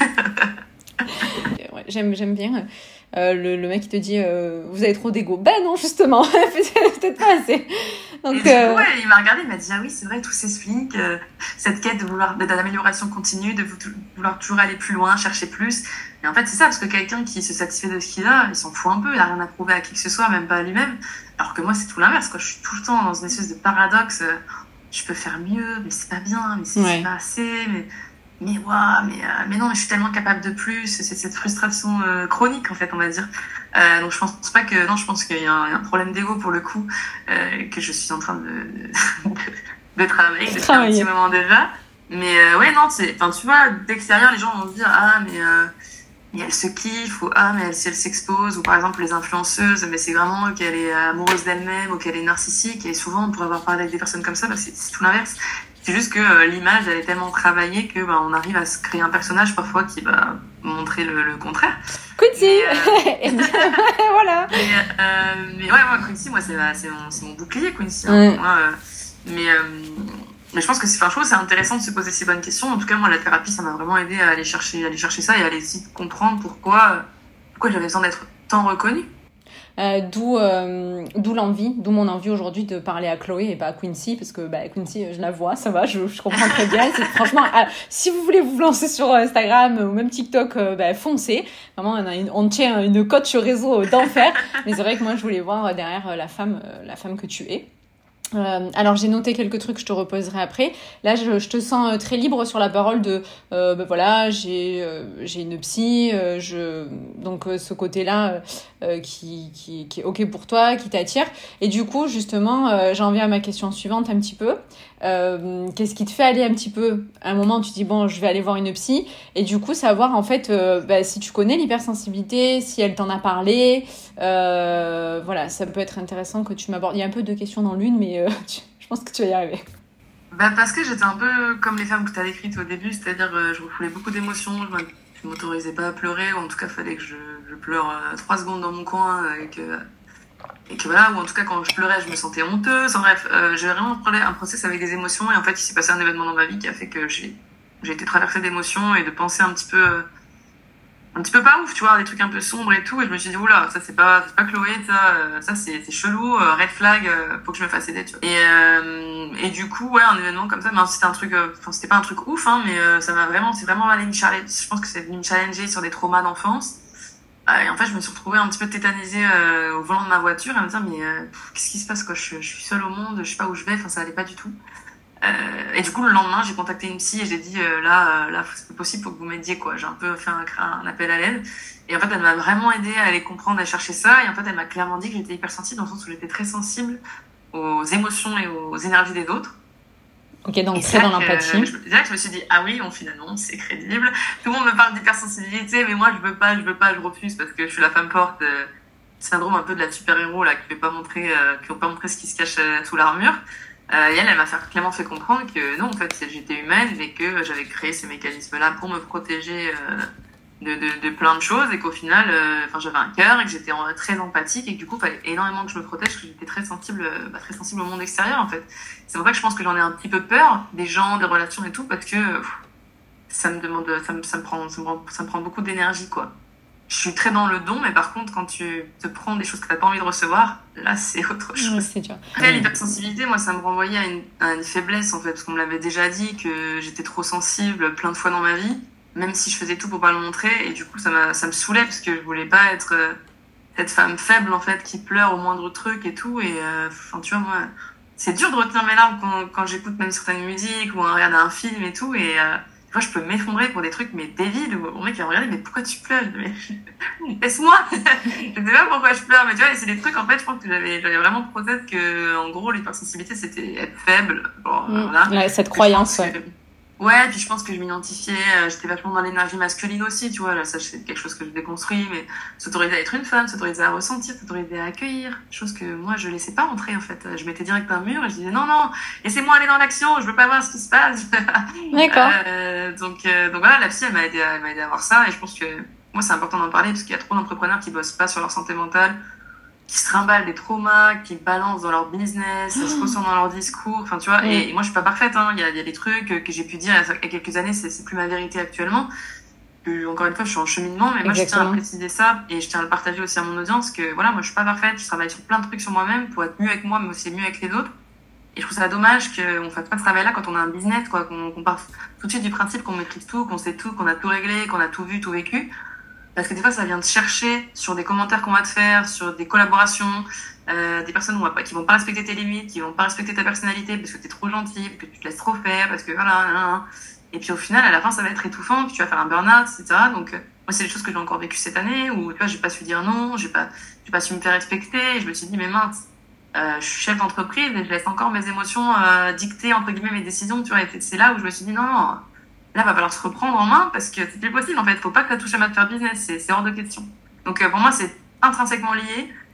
Ouais, j'aime, j'aime bien. Euh, le, le mec qui te dit euh, vous avez trop d'ego. Ben non, justement, peut-être pas assez. Donc, et du coup, ouais, il m'a regardé, il m'a dit ah oui, c'est vrai, tout s'explique. Euh, cette quête de vouloir de l'amélioration continue, de vouloir toujours aller plus loin, chercher plus. Et en fait, c'est ça, parce que quelqu'un qui se satisfait de ce qu'il a, il s'en fout un peu, il a rien à prouver à qui que ce soit, même pas à lui-même. Alors que moi, c'est tout l'inverse, quoi. Je suis tout le temps dans une espèce de paradoxe. Euh, je peux faire mieux, mais c'est pas bien, mais c'est, ouais. c'est pas assez, mais. Mais waouh, mais, euh, mais non, mais je suis tellement capable de plus. C'est cette frustration euh, chronique, en fait, on va dire. Euh, donc, je pense pas que... Non, je pense qu'il y a un, il y a un problème d'ego, pour le coup, euh, que je suis en train de, de, de travailler depuis un petit moment déjà. Mais euh, ouais, non, c'est... Enfin, tu vois, d'extérieur, les gens vont se dire « Ah, mais, euh, mais elle se kiffe » ou « Ah, mais elle, si elle s'expose » ou par exemple, les influenceuses, mais c'est vraiment qu'elle est amoureuse d'elle-même ou qu'elle est narcissique. Et souvent, pour avoir parlé avec des personnes comme ça, bah, c'est, c'est tout l'inverse. C'est juste que euh, l'image, elle est tellement travaillée que bah, on arrive à se créer un personnage parfois qui va montrer le, le contraire. Quincy euh... Voilà. Mais, euh, mais ouais, moi, Quincy, moi, c'est, c'est, mon, c'est mon bouclier, Quincy. Hein. Mm. Moi, euh, Mais, euh, mais je pense que c'est, enfin, je trouve que c'est intéressant de se poser ces bonnes questions. En tout cas, moi, la thérapie, ça m'a vraiment aidé à aller chercher, à aller chercher ça et à aller essayer de comprendre pourquoi, pourquoi j'avais besoin d'être tant reconnue. Euh, d'où, euh, d'où l'envie, d'où mon envie aujourd'hui de parler à Chloé et pas à Quincy, parce que bah, Quincy, je la vois, ça va, je, je comprends très bien. C'est, franchement, euh, si vous voulez vous lancer sur Instagram ou même TikTok, euh, bah, foncez. Vraiment, on, a une, on tient une coach réseau d'enfer. Mais c'est vrai que moi, je voulais voir derrière la femme, euh, la femme que tu es. Euh, alors j'ai noté quelques trucs, je te reposerai après. Là, je, je te sens très libre sur la parole de, euh, ben voilà, j'ai euh, j'ai une psy, euh, je donc euh, ce côté-là euh, qui qui qui est ok pour toi, qui t'attire. Et du coup, justement, euh, j'en viens à ma question suivante un petit peu. Euh, qu'est-ce qui te fait aller un petit peu à un moment, tu dis bon, je vais aller voir une psy, et du coup savoir en fait euh, bah, si tu connais l'hypersensibilité, si elle t'en a parlé. Euh, voilà, ça peut être intéressant que tu m'abordes. Il y a un peu de questions dans l'une, mais euh, tu, je pense que tu vas y arriver. Bah parce que j'étais un peu comme les femmes que tu as décrites au début, c'est-à-dire euh, je refoulais beaucoup d'émotions, je m'autorisais pas à pleurer, ou en tout cas il fallait que je, je pleure euh, trois secondes dans mon coin et que, et que voilà, ou en tout cas quand je pleurais je me sentais honteuse. En bref, euh, j'ai vraiment un process avec des émotions, et en fait il s'est passé un événement dans ma vie qui a fait que j'ai, j'ai été traversée d'émotions et de pensées un petit peu... Euh, un petit peu pas ouf, tu vois, des trucs un peu sombres et tout, et je me suis dit, oula, ça c'est pas, c'est pas Chloé, ça, euh, ça c'est, c'est chelou, euh, red flag, euh, faut que je me fasse aider, tu vois. Et, euh, et du coup, ouais, un événement comme ça, mais c'était un truc, enfin, euh, c'était pas un truc ouf, hein, mais euh, ça m'a vraiment, c'est vraiment allé me challenger, je pense que c'est venu me challenger sur des traumas d'enfance. Euh, et en fait, je me suis retrouvée un petit peu tétanisée euh, au volant de ma voiture, à me dire, mais euh, pff, qu'est-ce qui se passe, quoi, je, je suis seule au monde, je sais pas où je vais, enfin, ça allait pas du tout. Euh, et du coup, le lendemain, j'ai contacté une psy et j'ai dit euh, là, euh, là, c'est pas possible, faut que vous m'aidiez, quoi. J'ai un peu fait un, un appel à l'aide. Et en fait, elle m'a vraiment aidée à aller comprendre, à chercher ça. Et en fait, elle m'a clairement dit que j'étais hypersensible dans le sens où j'étais très sensible aux émotions et aux énergies des autres. Ok, donc très dans l'empathie. Euh, c'est là que je me suis dit, ah oui, bon, finalement, c'est crédible. Tout le monde me parle d'hypersensibilité, mais moi, je veux pas, je veux pas, je refuse parce que je suis la femme forte. Euh, syndrome un peu de la super-héros, là, qui veut pas montrer, euh, qui veut pas montrer ce qui se cache euh, sous l'armure. Euh, et elle, elle m'a fait, clairement fait comprendre que non, en fait, j'étais humaine et que j'avais créé ces mécanismes-là pour me protéger euh, de, de, de plein de choses, et qu'au final, enfin, euh, j'avais un cœur et que j'étais très empathique, et que du coup, il fallait énormément que je me protège, parce que j'étais très sensible, bah, très sensible au monde extérieur, en fait. C'est pour ça que je pense que j'en ai un petit peu peur des gens, des relations et tout, parce que pff, ça me demande, ça me, ça me prend, ça me prend, ça me prend beaucoup d'énergie, quoi. Je suis très dans le don, mais par contre, quand tu te prends des choses que tu n'as pas envie de recevoir, là, c'est autre chose. Oui, c'est dur. Après, l'hypersensibilité, moi, ça me renvoyait à une, à une faiblesse, en fait, parce qu'on me l'avait déjà dit, que j'étais trop sensible plein de fois dans ma vie, même si je faisais tout pour pas le montrer, et du coup, ça, m'a, ça me saoulait, parce que je voulais pas être euh, cette femme faible, en fait, qui pleure au moindre truc et tout, et enfin, euh, tu vois, moi, c'est dur de retenir mes larmes quand, quand j'écoute même certaines musiques, ou on regarde un film et tout, et... Euh, moi, je peux m'effondrer pour des trucs, mais débiles, où mon mec va me regarder, mais pourquoi tu pleures? Mais laisse-moi. Je sais pas pourquoi je pleure, mais tu vois, c'est des trucs, en fait, je pense que j'avais, j'avais vraiment procès que, en gros, l'hypersensibilité, c'était être faible. Bon, mmh. Voilà. Ouais, cette croyance, ouais. Que... Ouais, puis je pense que je m'identifiais, euh, j'étais vachement dans l'énergie masculine aussi, tu vois, là, ça, c'est quelque chose que je déconstruis, mais s'autoriser à être une femme, s'autoriser à ressentir, s'autoriser à accueillir, chose que moi, je laissais pas entrer, en fait. Je mettais direct un mur et je disais, non, non, laissez-moi aller dans l'action, je veux pas voir ce qui se passe. D'accord. euh, donc, euh, donc voilà, la psy, elle m'a aidé à, elle m'a aidé à voir ça, et je pense que, moi, c'est important d'en parler, parce qu'il y a trop d'entrepreneurs qui bossent pas sur leur santé mentale, qui se trimballent des traumas, qui balancent dans leur business, ça se ressent dans leur discours, enfin tu vois, mmh. et, et moi je suis pas parfaite, hein. il y a, il y a des trucs que j'ai pu dire il y a quelques années, c'est, c'est plus ma vérité actuellement, que, encore une fois je suis en cheminement, mais moi Exactement. Je tiens à préciser ça, et je tiens à le partager aussi à mon audience, que voilà, moi je suis pas parfaite, je travaille sur plein de trucs sur moi-même pour être mieux avec moi, mais aussi mieux avec les autres, et je trouve ça dommage qu'on fasse pas ce travail-là quand on a un business, quoi, qu'on, qu'on part tout de suite du principe qu'on maîtrise tout, qu'on sait tout, qu'on a tout réglé, qu'on a tout vu, tout vécu. Parce que des fois, ça vient te chercher sur des commentaires qu'on va te faire, sur des collaborations, euh, des personnes qui vont pas respecter tes limites, qui vont pas respecter ta personnalité parce que t'es trop gentil, parce que tu te laisses trop faire, parce que voilà, voilà, voilà. Et puis au final, à la fin, ça va être étouffant, puis tu vas faire un burn-out, et cetera. Donc, euh, moi, c'est des choses que j'ai encore vécues cette année, où tu vois, j'ai pas su dire non, j'ai pas, j'ai pas su me faire respecter, et je me suis dit, mais mince, euh, je suis chef d'entreprise et je laisse encore mes émotions euh, dicter, entre guillemets, mes décisions, tu vois. Et c'est là où je me suis dit, non, non. Là, va falloir se reprendre en main parce que c'est plus possible, en fait. Faut pas que ça touche à ma faire business. C'est, c'est hors de question. Donc, euh, pour moi, c'est intrinsèquement lié.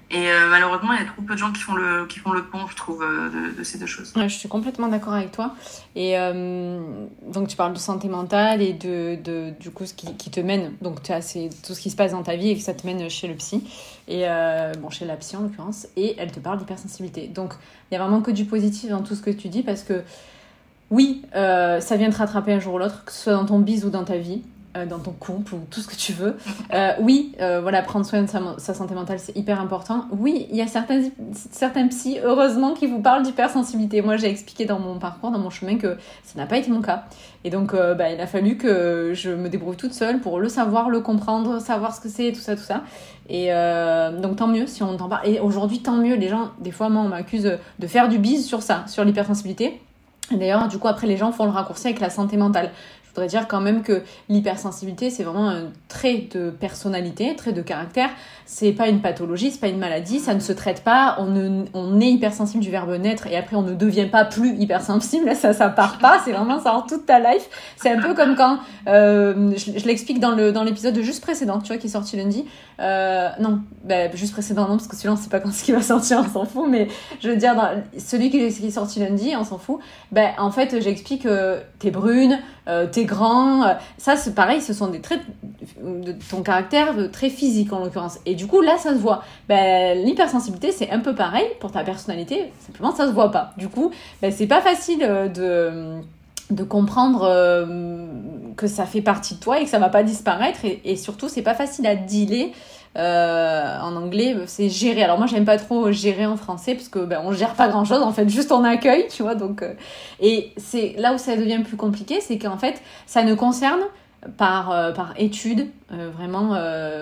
Et euh, malheureusement, il y a trop peu de gens qui font le, qui font le pont, je trouve, euh, de, de ces deux choses. Ouais, je suis complètement d'accord avec toi. Et euh, donc, tu parles de santé mentale et de, de du coup, ce qui, qui te mène. Donc, tu as c'est tout ce qui se passe dans ta vie et que ça te mène chez le psy. Et euh, bon, chez la psy en l'occurrence. Et elle te parle d'hypersensibilité. Donc, il n'y a vraiment que du positif dans tout ce que tu dis parce que oui, euh, ça vient te rattraper un jour ou l'autre, que ce soit dans ton bise ou dans ta vie. Euh, dans ton couple ou tout ce que tu veux. Euh, oui, euh, voilà, prendre soin de sa, sa santé mentale, c'est hyper important. Oui, il y a certains, certains psys, heureusement, qui vous parlent d'hypersensibilité. Moi, j'ai expliqué dans mon parcours, dans mon chemin, que ça n'a pas été mon cas. Et donc, euh, bah, il a fallu que je me débrouille toute seule pour le savoir, le comprendre, savoir ce que c'est, tout ça, tout ça. Et euh, donc, tant mieux si on t'en parle. Et aujourd'hui, tant mieux. Les gens, des fois, moi, on m'accuse de faire du bise sur ça, sur l'hypersensibilité. Et d'ailleurs, du coup, après, les gens font le raccourci avec la santé mentale. Je voudrais dire quand même que l'hypersensibilité, c'est vraiment un trait de personnalité, un trait de caractère. C'est pas une pathologie, c'est pas une maladie, ça ne se traite pas. On, ne, on est hypersensible du verbe naître et après on ne devient pas plus hypersensible. Ça, ça part pas. C'est vraiment ça en toute ta life. C'est un peu comme quand, euh, je, je l'explique dans le dans l'épisode juste précédent, tu vois, qui est sorti lundi. Euh, non, bah, juste précédent non parce que celui-là on sait pas quand ce qui va sortir, on s'en fout. Mais je veux dire dans celui qui, qui est sorti lundi, on s'en fout. Ben en fait j'explique que t'es brune. Euh, t'es grand, euh, ça c'est pareil, ce sont des traits de ton caractère de très physique en l'occurrence. Et du coup là ça se voit. Ben, l'hypersensibilité c'est un peu pareil pour ta personnalité, simplement ça se voit pas. Du coup ben, c'est pas facile de, de comprendre euh, que ça fait partie de toi et que ça va pas disparaître et, et surtout c'est pas facile à dealer. Euh, en anglais c'est gérer. Alors moi j'aime pas trop gérer en français parce que ben on gère pas grand chose en fait, juste on accueille, tu vois. Donc euh, et c'est là où ça devient plus compliqué, c'est qu'en fait ça ne concerne par euh, par étude euh, vraiment euh,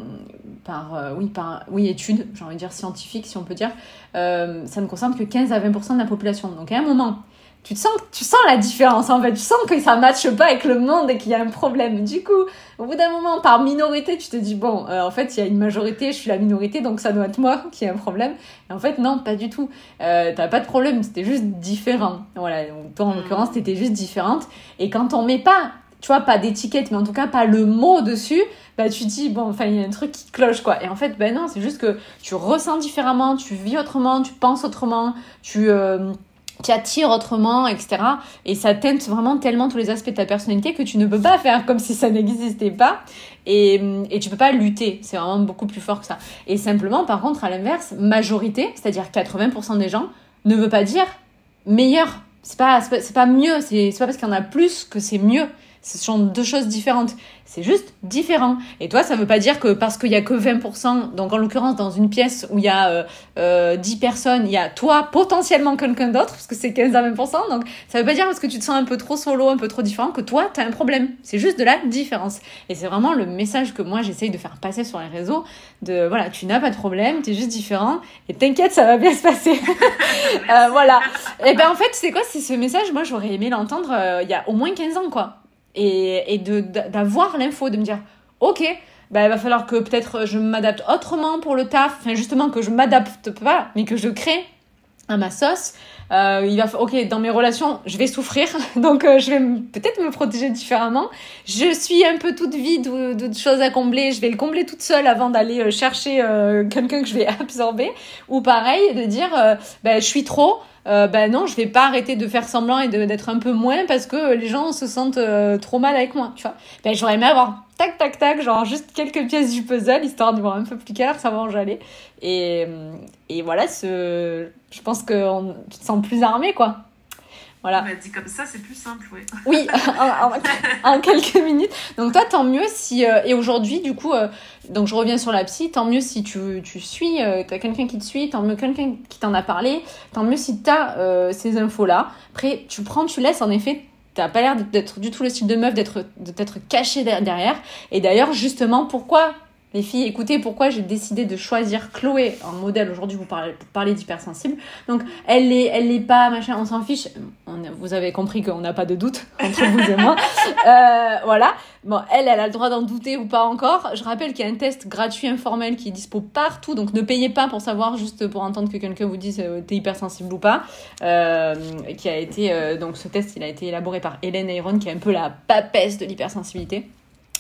par euh, oui par oui étude, j'ai envie de dire scientifique si on peut dire, euh, ça ne concerne que quinze à vingt pour cent de la population. Donc à un moment tu te sens, tu sens la différence en fait, tu sens que ça matche pas avec le monde et qu'il y a un problème. Du coup, au bout d'un moment, par minorité, tu te dis bon, euh, en fait, il y a une majorité, je suis la minorité, donc ça doit être moi qui ai un problème. Et en fait, non, pas du tout. Euh, t'as pas de problème, c'était juste différent. Voilà, donc, toi en l'occurrence, t'étais juste différente. Et quand on met pas, tu vois, pas d'étiquette, mais en tout cas pas le mot dessus, bah tu te dis bon, enfin il y a un truc qui cloche quoi. Et en fait, ben non, c'est juste que tu ressens différemment, tu vis autrement, tu penses autrement, tu euh, qui attire autrement, et cetera. Et ça teinte vraiment tellement tous les aspects de ta personnalité que tu ne peux pas faire comme si ça n'existait pas. Et, et tu peux pas lutter. C'est vraiment beaucoup plus fort que ça. Et simplement, par contre, à l'inverse, majorité, c'est-à-dire quatre-vingts pour cent des gens, ne veut pas dire meilleur. C'est pas, c'est pas, c'est pas mieux. C'est, c'est pas parce qu'il y en a plus que c'est mieux. Ce sont deux choses différentes. C'est juste différent. Et toi, ça veut pas dire que parce qu'il y a que vingt pour cent, donc en l'occurrence dans une pièce où il y a euh, euh, dix personnes, il y a toi, potentiellement quelqu'un d'autre, parce que c'est quinze à vingt pour cent, donc ça veut pas dire parce que tu te sens un peu trop solo, un peu trop différent, que toi, t'as un problème. C'est juste de la différence. Et c'est vraiment le message que moi, j'essaye de faire passer sur les réseaux, de voilà, tu n'as pas de problème, t'es juste différent, et t'inquiète, ça va bien se passer. euh, voilà. Et ben en fait, c'est quoi, c'est ce message, moi j'aurais aimé l'entendre euh, il y a au moins quinze ans, quoi. Et, et de, d'avoir l'info, de me dire ok, bah, il va falloir que peut-être je m'adapte autrement pour le taf, enfin justement que je m'adapte pas mais que je crée à ma sauce. Euh, il va ok, dans mes relations je vais souffrir donc euh, je vais m- peut-être me protéger différemment. Je suis un peu toute vide ou de choses à combler, je vais le combler toute seule avant d'aller euh, chercher euh, quelqu'un que je vais absorber. Ou pareil de dire euh, bah, je suis trop Euh, ben non, je vais pas arrêter de faire semblant et de, d'être un peu moins parce que les gens se sentent euh, trop mal avec moi, tu vois. Ben j'aurais aimé avoir tac tac tac, genre juste quelques pièces du puzzle histoire d'y voir un peu plus clair, savoir où j'allais. Et et voilà, ce je pense que on, tu te sens plus armé quoi. Voilà. Bah, dit comme ça, c'est plus simple, oui. Oui, en, en, en quelques minutes. Donc toi, tant mieux si... Euh, et aujourd'hui, du coup, euh, donc je reviens sur la psy, tant mieux si tu, tu suis, euh, t'as quelqu'un qui te suit, tant mieux quelqu'un qui t'en a parlé, tant mieux si t'as euh, ces infos-là. Après, tu prends, tu laisses, en effet, t'as pas l'air d'être du tout le style de meuf, d'être, de t'être cachée derrière. Et d'ailleurs, justement, pourquoi... Les filles, écoutez pourquoi j'ai décidé de choisir Chloé en modèle aujourd'hui pour parler, pour parler d'hypersensible. Donc, elle l'est, elle l'est pas, machin, on s'en fiche. On, vous avez compris qu'on n'a pas de doute entre vous et moi. Euh, voilà. Bon, elle, elle a le droit d'en douter ou pas encore. Je rappelle qu'il y a un test gratuit informel qui est dispo partout. Donc, ne payez pas pour savoir, juste pour entendre que quelqu'un vous dise euh, t'es hypersensible ou pas. Euh, qui a été, euh, donc ce test, il a été élaboré par Hélène Ayron, qui est un peu la papesse de l'hypersensibilité.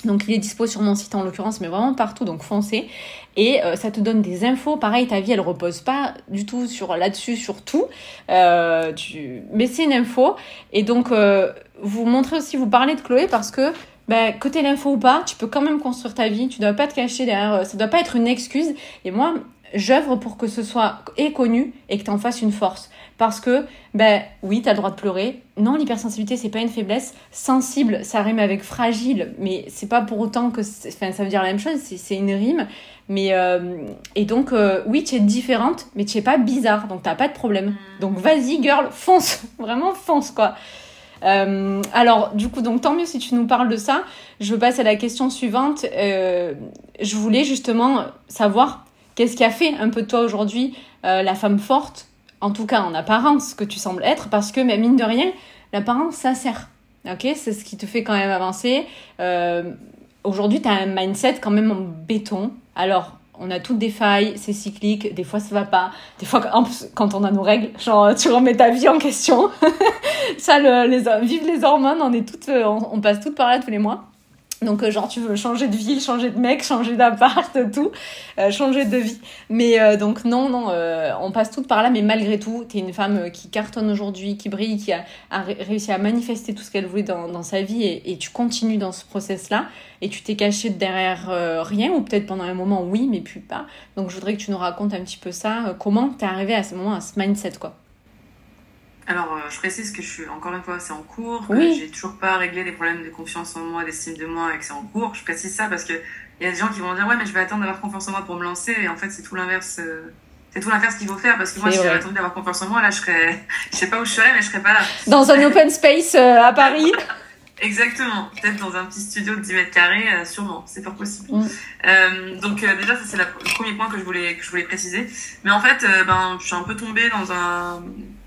Donc, il est dispo sur mon site en l'occurrence, mais vraiment partout, donc foncez. Et euh, ça te donne des infos. Pareil, ta vie, elle repose pas du tout sur, là-dessus, sur tout. Euh, tu... Mais c'est une info. Et donc, euh, vous montrez aussi, vous parlez de Chloé parce que, ben, que t'aies l'info ou pas, tu peux quand même construire ta vie. Tu dois pas te cacher derrière. Ça doit pas être une excuse. Et moi, j'œuvre pour que ce soit et connu et que t'en fasses une force. Parce que, ben oui, t'as le droit de pleurer. Non, l'hypersensibilité, c'est pas une faiblesse. Sensible, ça rime avec fragile, mais c'est pas pour autant que... Enfin, ça veut dire la même chose, c'est, c'est une rime. Mais, euh, et donc, euh, oui, tu es différente, mais tu es pas bizarre, donc t'as pas de problème. Donc vas-y, girl, fonce. Vraiment, fonce, quoi. Euh, alors, du coup, donc tant mieux si tu nous parles de ça. Je passe à la question suivante. Euh, je voulais justement savoir qu'est-ce qui a fait un peu de toi aujourd'hui euh, la femme forte, en tout cas en apparence, que tu sembles être, parce que, mais mine de rien, l'apparence, ça sert. Ok, c'est ce qui te fait quand même avancer. Euh, aujourd'hui, tu as un mindset quand même en béton. Alors, on a toutes des failles, c'est cyclique, des fois ça va pas, des fois quand on a nos règles, genre tu remets ta vie en question. Ça, le, les, vive les hormones, on est toutes, on, on passe toutes par là tous les mois. Donc, euh, genre, tu veux changer de ville, changer de mec, changer d'appart, tout, euh, changer de vie. Mais euh, donc, non, non, euh, on passe toutes par là, mais malgré tout, t'es une femme qui cartonne aujourd'hui, qui brille, qui a, a ré- réussi à manifester tout ce qu'elle voulait dans, dans sa vie et, et tu continues dans ce process-là et tu t'es cachée derrière euh, rien, ou peut-être pendant un moment, oui, mais puis pas. Donc, je voudrais que tu nous racontes un petit peu ça, euh, comment t'es arrivée à ce moment, à ce mindset, quoi. Alors, euh, je précise que je suis, encore une fois, c'est en cours, que Oui. j'ai toujours pas réglé les problèmes de confiance en moi, d'estime de moi, et que c'est en cours. Je précise ça parce que il y a des gens qui vont dire, ouais, mais je vais attendre d'avoir confiance en moi pour me lancer, et en fait, c'est tout l'inverse, euh, c'est tout l'inverse qu'il faut faire, parce que moi, C'est si vrai. j'avais attendu d'avoir confiance en moi, là, je serais, je sais pas où je serais, mais je serais pas là. Dans un open space euh, à Paris. Exactement. Peut-être dans un petit studio de dix mètres carrés, euh, sûrement. C'est fort possible. Mm. Euh, donc, euh, déjà, ça, c'est la, le premier point que je voulais, que je voulais préciser. Mais en fait, euh, ben, je suis un peu tombée dans un,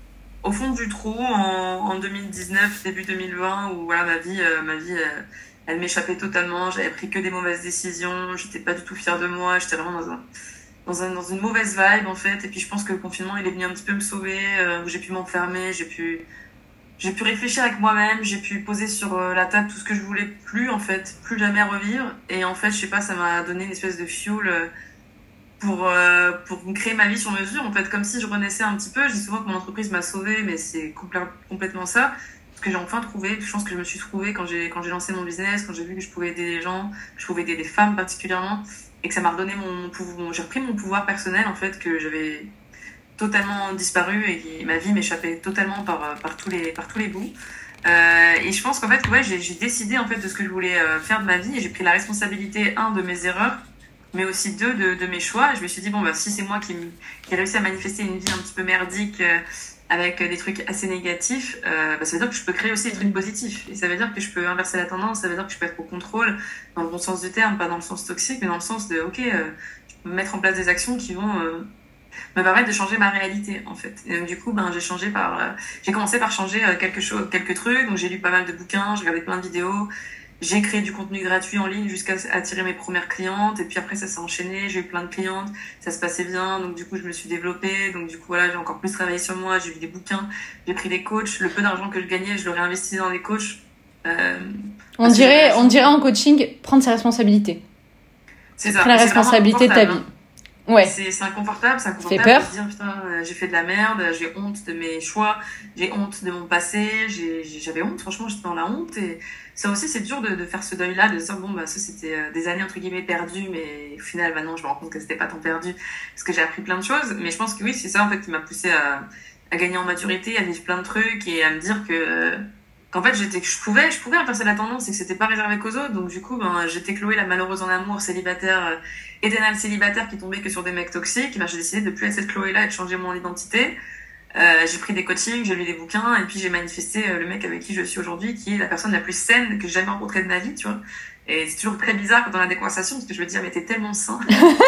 au fond du trou en, en deux mille dix-neuf, début deux mille vingt, où voilà, ma vie, euh, ma vie, euh, elle m'échappait totalement. J'avais pris que des mauvaises décisions. J'étais pas du tout fière de moi. J'étais vraiment dans un, dans un, dans une mauvaise vibe, en fait. Et puis, je pense que le confinement, il est venu un petit peu me sauver, euh, où j'ai pu m'enfermer, j'ai pu, j'ai pu réfléchir avec moi-même, j'ai pu poser sur euh, la table tout ce que je voulais plus, en fait, plus jamais revivre. Et en fait, je sais pas, ça m'a donné une espèce de fuel euh, pour, euh, pour me créer ma vie sur mesure, en fait, comme si je renaissais un petit peu. Je dis souvent que mon entreprise m'a sauvée, mais c'est complè- complètement ça. Parce que j'ai enfin trouvé, je pense que je me suis trouvée quand j'ai, quand j'ai lancé mon business, quand j'ai vu que je pouvais aider les gens, que je pouvais aider des femmes particulièrement, et que ça m'a redonné mon, mon pouvoir, j'ai repris mon pouvoir personnel, en fait, que j'avais totalement disparu et qui, ma vie m'échappait totalement par, par, tous les, par tous les bouts. Euh, et je pense qu'en fait, ouais, j'ai, j'ai décidé en fait de ce que je voulais euh, faire de ma vie et j'ai pris la responsabilité, un, de mes erreurs, mais aussi deux, de, de mes choix. Et je me suis dit, bon, bah, si c'est moi qui, qui ai réussi à manifester une vie un petit peu merdique euh, avec des trucs assez négatifs, euh, bah, ça veut dire que je peux créer aussi des trucs positifs. Et ça veut dire que je peux inverser la tendance, ça veut dire que je peux être au contrôle, dans le bon sens du terme, pas dans le sens toxique, mais dans le sens de, ok, euh, je peux mettre en place des actions qui vont... Euh, me permettre de changer ma réalité en fait. Et donc du coup ben j'ai changé par euh, j'ai commencé par changer euh, quelque chose quelques trucs. Donc j'ai lu pas mal de bouquins, j'ai regardé plein de vidéos, j'ai créé du contenu gratuit en ligne jusqu'à attirer mes premières clientes et puis après ça s'est enchaîné, j'ai eu plein de clientes, ça se passait bien. Donc du coup je me suis développée, donc du coup voilà, j'ai encore plus travaillé sur moi, j'ai lu des bouquins, j'ai pris des coachs, le peu d'argent que je gagnais, je l'aurais investi dans des coachs. Euh, on dirait on dirait en coaching prendre ses responsabilités. C'est ça. Prendre la responsabilité de ta vie. Hein. Ouais. C'est, c'est inconfortable, c'est inconfortable fait peur. de se dire putain, euh, j'ai fait de la merde, j'ai honte de mes choix, j'ai honte de mon passé, j'ai, j'ai, j'avais honte, franchement, j'étais dans la honte. Et ça aussi, c'est dur de, de faire ce deuil-là, de se dire bon, bah, ça c'était euh, des années entre guillemets perdues, mais au final, maintenant, je me rends compte que c'était pas tant perdu parce que j'ai appris plein de choses. Mais je pense que oui, c'est ça en fait qui m'a poussée à, à gagner en maturité, à vivre plein de trucs et à me dire que. Euh, qu'en fait j'étais je pouvais je pouvais inverser la tendance et que c'était pas réservé qu'aux autres. Donc du coup ben j'étais Chloé la malheureuse en amour, célibataire, euh, éternelle célibataire qui tombait que sur des mecs toxiques. Ben j'ai décidé de plus être cette Chloé là et de changer mon identité. Euh, j'ai pris des coachings, j'ai lu des bouquins et puis j'ai manifesté euh, le mec avec qui je suis aujourd'hui, qui est la personne la plus saine que j'ai jamais rencontrée de ma vie, tu vois. Et c'est toujours très bizarre quand on a des conversations parce que je me dis ah, mais t'es tellement sain.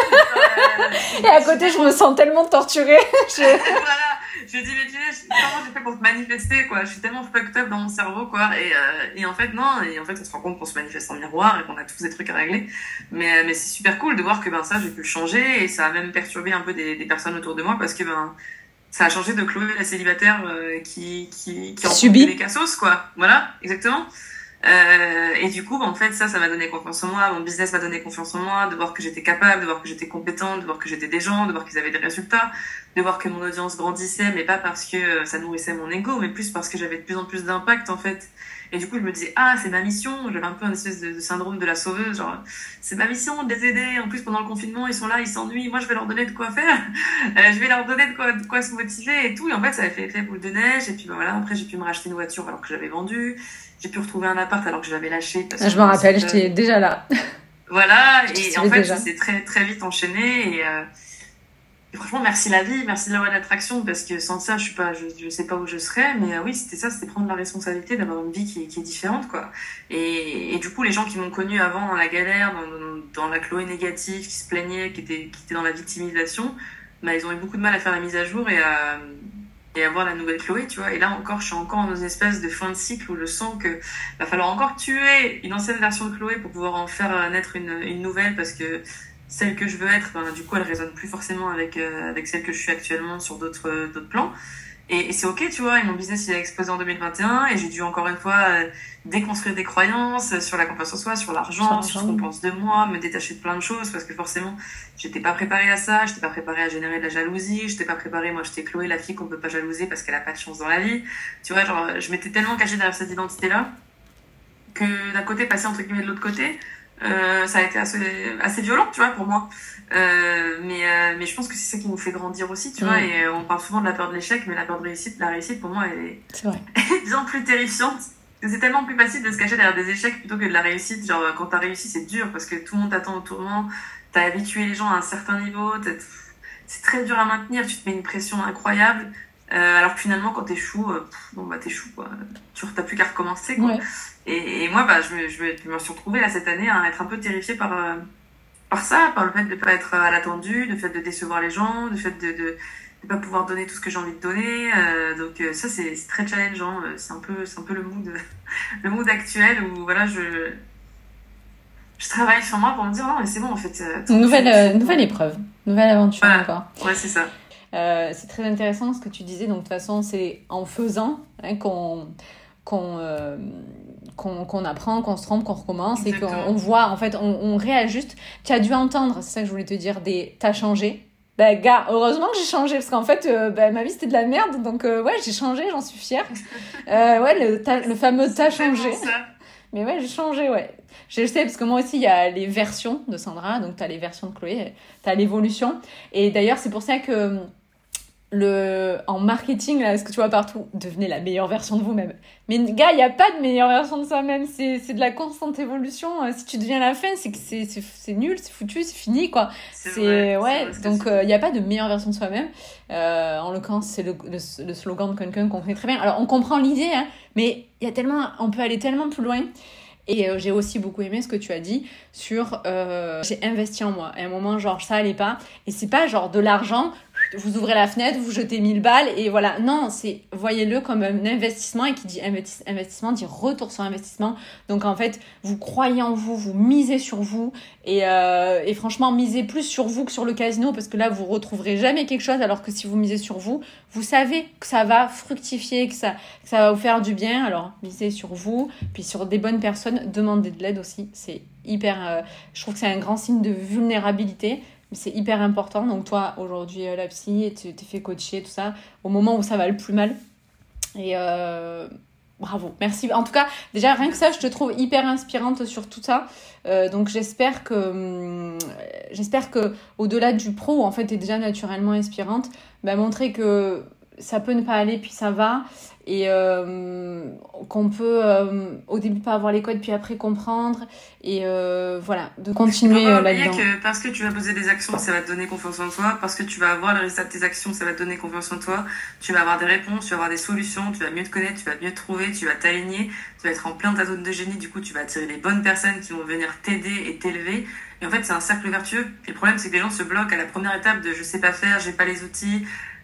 Et à côté je me sens tellement torturée. je... voilà. Je me dis, mais tu sais, comment j'ai fait pour te manifester, quoi? Je suis tellement fucked up dans mon cerveau, quoi. Et, euh, et en fait, non. Et en fait, on se rend compte qu'on se manifeste en miroir et qu'on a tous des trucs à régler. Mais, mais c'est super cool de voir que, ben, ça, j'ai pu le changer. Et ça a même perturbé un peu des, des personnes autour de moi parce que, ben, ça a changé de Chloé, la célibataire, euh, qui, qui, qui en subit des cassos, quoi. Voilà, exactement. Euh, et du coup, bah, en fait, ça, ça m'a donné confiance en moi. Mon business m'a donné confiance en moi, de voir que j'étais capable, de voir que j'étais compétente, de voir que j'étais des gens, de voir qu'ils avaient des résultats, de voir que mon audience grandissait, mais pas parce que euh, ça nourrissait mon ego, mais plus parce que j'avais de plus en plus d'impact, en fait. Et du coup, je me disais, ah, c'est ma mission. J'avais un peu un espèce de, de syndrome de la sauveuse, genre, c'est ma mission de les aider. En plus, pendant le confinement, ils sont là, ils s'ennuient. Moi, je vais leur donner de quoi faire. Euh, je vais leur donner de quoi, de quoi se motiver et tout. Et en fait, ça avait fait effet boule de neige. Et puis, bah, voilà, après, j'ai pu me racheter une voiture alors que j'avais vendue. J'ai pu retrouver un appart alors que je l'avais lâché. Parce Je que me rappelle, c'était- j'étais déjà là. Voilà. Je te Et en suivais fait, déjà. ça s'est très, très vite enchaîné. Et, euh, et franchement, merci la vie, merci de la loi d'attraction, parce que sans ça, je suis pas, je, je sais pas où je serais, mais euh, oui, c'était ça, c'était prendre la responsabilité d'avoir une vie qui, est- qui est différente, quoi. Et, et du coup, les gens qui m'ont connue avant dans la galère, dans, dans, dans la Chloé négative, qui se plaignait, qui était, qui était dans la victimisation, bah, ils ont eu beaucoup de mal à faire la mise à jour et à, et à voir la nouvelle Chloé, tu vois. Et là encore, je suis encore dans une espèce de fin de cycle où je sens que va falloir encore tuer une ancienne version de Chloé pour pouvoir en faire naître une, une nouvelle, parce que celle que je veux être, ben, du coup, elle résonne plus forcément avec, euh, avec celle que je suis actuellement sur d'autres, euh, d'autres plans. Et, et c'est ok, tu vois, et mon business, il a explosé en deux mille vingt et un, et j'ai dû encore une fois euh, déconstruire des croyances sur la confiance en soi, sur l'argent, sur ce qu'on pense de moi, me détacher de plein de choses, parce que forcément, j'étais pas préparée à ça, j'étais pas préparée à générer de la jalousie, j'étais pas préparée, moi, j'étais Chloé, la fille qu'on peut pas jalouser parce qu'elle a pas de chance dans la vie. Tu vois, genre, je m'étais tellement cachée derrière cette identité-là, que d'un côté, passer entre guillemets de l'autre côté, euh, ça a été assez, assez violent, tu vois, pour moi. Euh, mais, euh, mais je pense que c'est ça qui nous fait grandir aussi, tu Mm. vois. Et euh, on parle souvent de la peur de l'échec, mais la peur de réussite, la réussite, pour moi, elle est C'est vrai. bien plus terrifiante. C'est tellement plus facile de se cacher derrière des échecs plutôt que de la réussite. Genre, quand t'as réussi, c'est dur parce que tout le monde t'attend au tournant. T'as habitué les gens à un certain niveau. C'est très dur à maintenir. Tu te mets une pression incroyable. Euh, alors que finalement, quand t'échoues, euh, bon, bah, t'échoues, quoi. Tu t'as plus qu'à recommencer, quoi. Ouais. Et, et moi, bah, je me, je, me, je me suis retrouvée là cette année à être un peu terrifiée par, euh, par ça, par le fait de ne pas être à l'attendu, le fait de décevoir les gens, le fait de de, de pas pouvoir donner tout ce que j'ai envie de donner. Euh, donc euh, ça, c'est très challengeant. C'est un peu, c'est un peu le mood, le mood actuel où voilà, je, je travaille sur moi pour me dire non, mais c'est bon en fait. Euh, Nouvelle, euh, nouvelle épreuve, nouvelle aventure voilà. encore. Ouais, c'est ça. Euh, c'est très intéressant ce que tu disais. Donc de toute façon, c'est en faisant hein, qu'on qu'on euh, qu'on qu'on apprend, qu'on se trompe, qu'on recommence. Exactement. Et qu'on on voit, en fait, on, on réajuste. Tu as dû entendre, c'est ça que je voulais te dire, des t'as changé. Ben gars, heureusement que j'ai changé, parce qu'en fait, euh, ben, ma vie c'était de la merde, donc euh, ouais, j'ai changé, j'en suis fière. Euh, ouais, le, ta, le fameux t'as changé. Mais ouais, j'ai changé, ouais. Je le sais, parce que moi aussi, il y a les versions de Sandra, donc t'as les versions de Chloé, t'as l'évolution. Et d'ailleurs, c'est pour ça que le, en marketing, là, ce que tu vois partout, devenez la meilleure version de vous-même. Mais gars, il n'y a pas de meilleure version de soi-même, c'est, c'est de la constante évolution. Si tu deviens la fin, c'est que c'est, c'est, c'est nul, c'est foutu, c'est fini, quoi. C'est, c'est vrai, ouais, c'est donc il n'y euh, a pas de meilleure version de soi-même. Euh, en l'occurrence, c'est le, le, le slogan de quelqu'un qu'on connaît très bien. Alors, on comprend l'idée, hein, mais il y a tellement, on peut aller tellement plus loin. Et euh, j'ai aussi beaucoup aimé ce que tu as dit sur euh, j'ai investi en moi. À un moment, genre, ça allait pas. Et c'est pas genre de l'argent, vous ouvrez la fenêtre, vous jetez mille balles et voilà. Non, c'est voyez-le comme un investissement, et qui dit investi- investissement dit retour sur investissement. Donc en fait, vous croyez en vous, vous misez sur vous et, euh, et franchement, misez plus sur vous que sur le casino, parce que là, vous retrouverez jamais quelque chose, alors que si vous misez sur vous, vous savez que ça va fructifier, que ça, que ça va vous faire du bien. Alors, misez sur vous, puis sur des bonnes personnes, demandez de l'aide aussi. C'est hyper... Euh, je trouve que c'est un grand signe de vulnérabilité. C'est hyper important. Donc toi, aujourd'hui, la psy, tu t'es fait coacher, tout ça, au moment où ça va le plus mal. Et euh, bravo, merci. En tout cas, déjà, rien que ça, je te trouve hyper inspirante sur tout ça. Euh, donc j'espère que, hum, j'espère que au-delà du pro, où en fait, tu es déjà naturellement inspirante, bah, montrer que ça peut ne pas aller, puis ça va. Et euh, qu'on peut euh, au début pas avoir les codes, puis après comprendre, et euh, voilà, de continuer euh, là-dedans. Que parce que tu vas poser des actions, ça va te donner confiance en toi. Parce que tu vas avoir le résultat de tes actions, ça va te donner confiance en toi. Tu vas avoir des réponses, tu vas avoir des solutions, tu vas mieux te connaître, tu vas mieux te trouver, tu vas t'aligner, tu vas être en plein de ta zone de génie. Du coup, tu vas attirer les bonnes personnes qui vont venir t'aider et t'élever. Et en fait, c'est un cercle vertueux. Et le problème, c'est que les gens se bloquent à la première étape de je sais pas faire, j'ai pas les outils.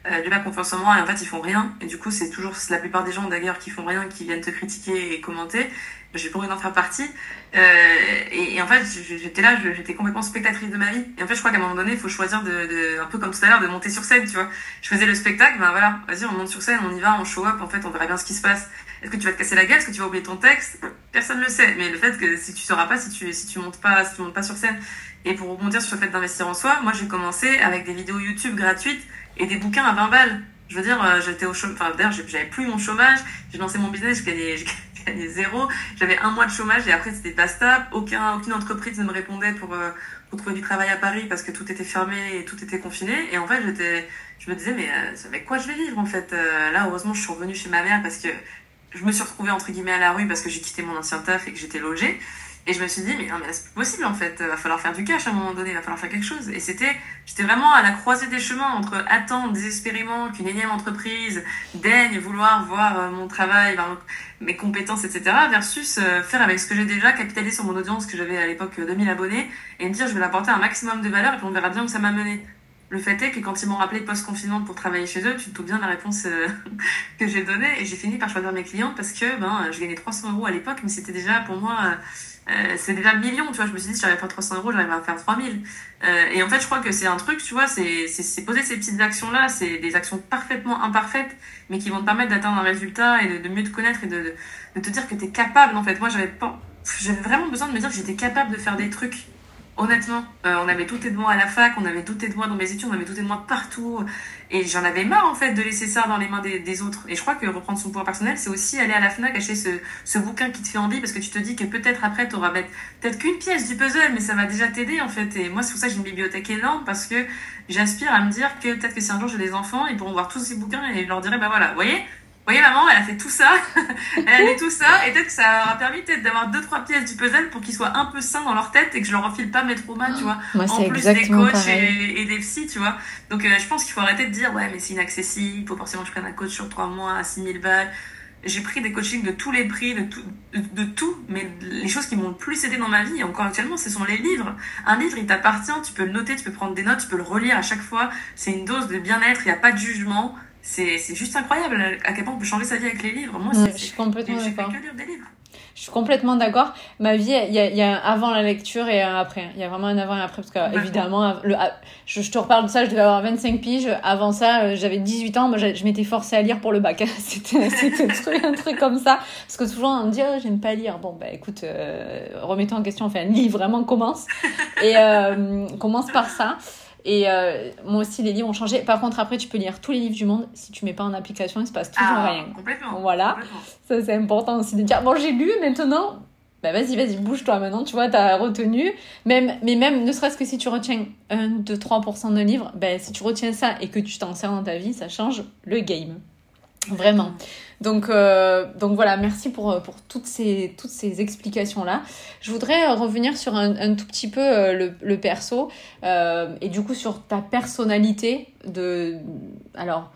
euh, j'ai pas confiance en moi et en fait ils font rien et du coup c'est toujours c'est la plupart des gens d'ailleurs qui font rien qui viennent te critiquer et commenter. J'ai pas envie d'en faire partie euh, et, et en fait j'étais là j'étais complètement spectatrice de ma vie et en fait je crois qu'à un moment donné il faut choisir de, de un peu comme tout à l'heure de monter sur scène, tu vois. Je faisais le spectacle, ben voilà, vas-y on monte sur scène, on y va, on show up, en fait on verra bien ce qui se passe. Est-ce que tu vas te casser la gueule, est-ce que tu vas oublier ton texte, personne ne le sait, mais le fait que si tu sauras pas si tu si tu montes pas si tu montes pas sur scène. Et pour rebondir sur le fait d'investir en soi, moi j'ai commencé avec des vidéos YouTube gratuites et des bouquins à vingt balles. Je veux dire, euh, j'étais au chômage, enfin d'ailleurs j'avais plus mon chômage, j'ai lancé mon business, je gagnais, je gagnais zéro, j'avais un mois de chômage et après c'était basta, aucun, aucune entreprise ne me répondait pour, euh, pour trouver du travail à Paris parce que tout était fermé et tout était confiné. Et en fait j'étais, je me disais mais euh, avec quoi je vais vivre en fait euh, là heureusement je suis revenue chez ma mère parce que je me suis retrouvée entre guillemets à la rue parce que j'ai quitté mon ancien taf et que j'étais logée. Et je me suis dit, mais non, mais là, c'est plus possible en fait, il va falloir faire du cash à un moment donné, il va falloir faire quelque chose. Et c'était, j'étais vraiment à la croisée des chemins entre attendre désespérément qu'une énième entreprise daigne vouloir voir euh, mon travail, voir mes compétences, et cetera, versus euh, faire avec ce que j'ai déjà, capitaliser sur mon audience, que j'avais à l'époque deux mille abonnés, et me dire, je vais apporter un maximum de valeur et puis on verra bien où ça m'a mené. Le fait est que quand ils m'ont rappelé post-confinement pour travailler chez eux, tu te doutes bien de la réponse euh, que j'ai donnée et j'ai fini par choisir mes clientes parce que ben, je gagnais trois cents euros à l'époque, mais c'était déjà pour moi... Euh, Euh, c'est déjà le million, tu vois. Je me suis dit, si j'arrive à faire trois cents euros, j'arrive à faire trois mille. Euh, et en fait, je crois que c'est un truc, tu vois, c'est, c'est, c'est poser ces petites actions-là, c'est des actions parfaitement imparfaites, mais qui vont te permettre d'atteindre un résultat et de, de mieux te connaître et de, de te dire que t'es capable, en fait. Moi, j'avais pas, j'avais vraiment besoin de me dire que j'étais capable de faire des trucs. Honnêtement, euh, on avait douté de moi à la fac, on avait douté de moi dans mes études, on avait douté de moi partout. Et j'en avais marre, en fait, de laisser ça dans les mains des, des autres. Et je crois que reprendre son pouvoir personnel, c'est aussi aller à la FNAC, acheter ce, ce bouquin qui te fait envie, parce que tu te dis que peut-être après, t'auras peut-être qu'une pièce du puzzle, mais ça va déjà t'aider, en fait. Et moi, c'est pour ça que j'ai une bibliothèque énorme, parce que j'aspire à me dire que peut-être que si un jour j'ai des enfants, ils pourront voir tous ces bouquins et je leur dirai, bah voilà, vous voyez, vous voyez, maman, elle a fait tout ça, elle a fait tout ça, et peut-être que ça leur a permis peut-être d'avoir deux, trois pièces du puzzle pour qu'ils soient un peu sains dans leur tête et que je leur enfile pas mes traumas, tu vois. Moi, en plus des coachs et, et des psys, tu vois. Donc, euh, je pense qu'il faut arrêter de dire, ouais, mais c'est inaccessible, il faut forcément que je prenne un coach sur trois mois à six mille balles. J'ai pris des coachings de tous les prix, de tout, de, de tout, mais les choses qui m'ont le plus aidé dans ma vie, et encore actuellement, ce sont les livres. Un livre, il t'appartient, tu peux le noter, tu peux prendre des notes, tu peux le relire à chaque fois. C'est une dose de bien-être, il n'y a pas de jugement. C'est, c'est juste incroyable à quel point on peut changer sa vie avec les livres. Moi, c'est, je suis complètement j'ai d'accord. fait que lire des livres. Je suis complètement d'accord. Ma vie, il y a, il y a un avant la lecture et un après. Il y a vraiment un avant et un après. Parce que, ouais. évidemment, le, je, je te reparle de ça, je devais avoir vingt-cinq piges. Avant ça, j'avais dix-huit ans. Moi, je, je m'étais forcée à lire pour le bac. C'était, c'était un, truc, un truc comme ça. Parce que souvent, on me dit, oh, j'aime pas lire. Bon, bah écoute, euh, remettons en question. Enfin, lis vraiment, commence. Et euh, commence par ça. Et euh, moi aussi, les livres ont changé. Par contre, après, tu peux lire tous les livres du monde. Si tu mets pas en application, il se passe toujours ah, rien. Complètement. Voilà. Complètement. Ça, c'est important aussi de dire, bon, j'ai lu, maintenant, bah, vas-y, vas-y, bouge-toi maintenant. Tu vois, t'as retenu. Même, mais même, ne serait-ce que si tu retiens un, deux, trois pour cent de livres, bah, si tu retiens ça et que tu t'en sers dans ta vie, ça change le game. Vraiment. Donc, euh, donc voilà, merci pour, pour toutes ces, toutes ces explications-là. Je voudrais revenir sur un, un tout petit peu euh, le, le perso euh, et du coup sur ta personnalité. De... Alors,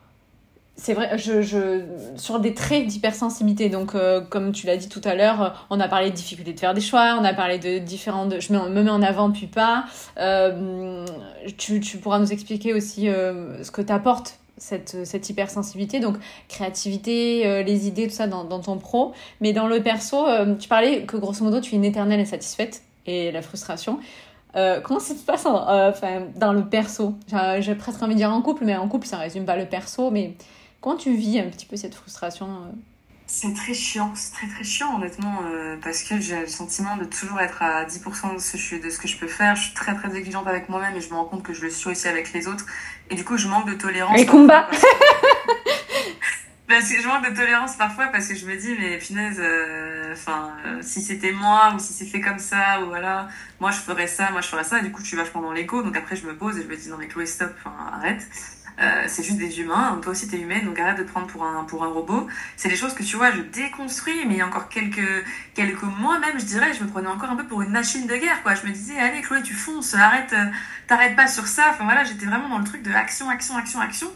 c'est vrai, je, je, sur des traits d'hypersensibilité. Donc, euh, comme tu l'as dit tout à l'heure, on a parlé de difficulté de faire des choix, on a parlé de différentes... Je me, me mets en avant puis pas. Euh, tu, tu pourras nous expliquer aussi euh, ce que t'apportes Cette, cette hypersensibilité, donc créativité, euh, les idées, tout ça dans, dans ton pro. Mais dans le perso, euh, tu parlais que grosso modo, tu es une éternelle insatisfaite et la frustration. Euh, comment ça se passe en, euh, dans le perso? J'ai, j'ai presque envie de dire en couple, mais en couple, ça résume pas le perso. Mais comment tu vis un petit peu cette frustration euh... C'est très chiant, c'est très très chiant honnêtement, euh, parce que j'ai le sentiment de toujours être à dix pour cent de ce, que je, de ce que je peux faire. Je suis très très exigeante avec moi-même et je me rends compte que je le suis aussi avec les autres. Et du coup, je manque de tolérance. Les combats Parce que je manque de tolérance parfois parce que je me dis, mais punaise, enfin, euh, euh, si c'était moi ou si c'est fait comme ça, ou voilà, moi je ferais ça, moi je ferais ça. Et du coup, je suis vachement dans l'écho. Donc après, je me pose et je me dis, non mais Chloé, stop, enfin, arrête. Euh, c'est juste des humains, toi aussi t'es humaine, donc arrête de te prendre pour un, pour un robot. C'est des choses que tu vois, je déconstruis, mais il y a encore quelques, quelques mois même, je dirais, je me prenais encore un peu pour une machine de guerre, quoi. Je me disais, allez Chloé, tu fonces, arrête, euh, t'arrêtes pas sur ça. Enfin voilà, j'étais vraiment dans le truc de action, action, action, action.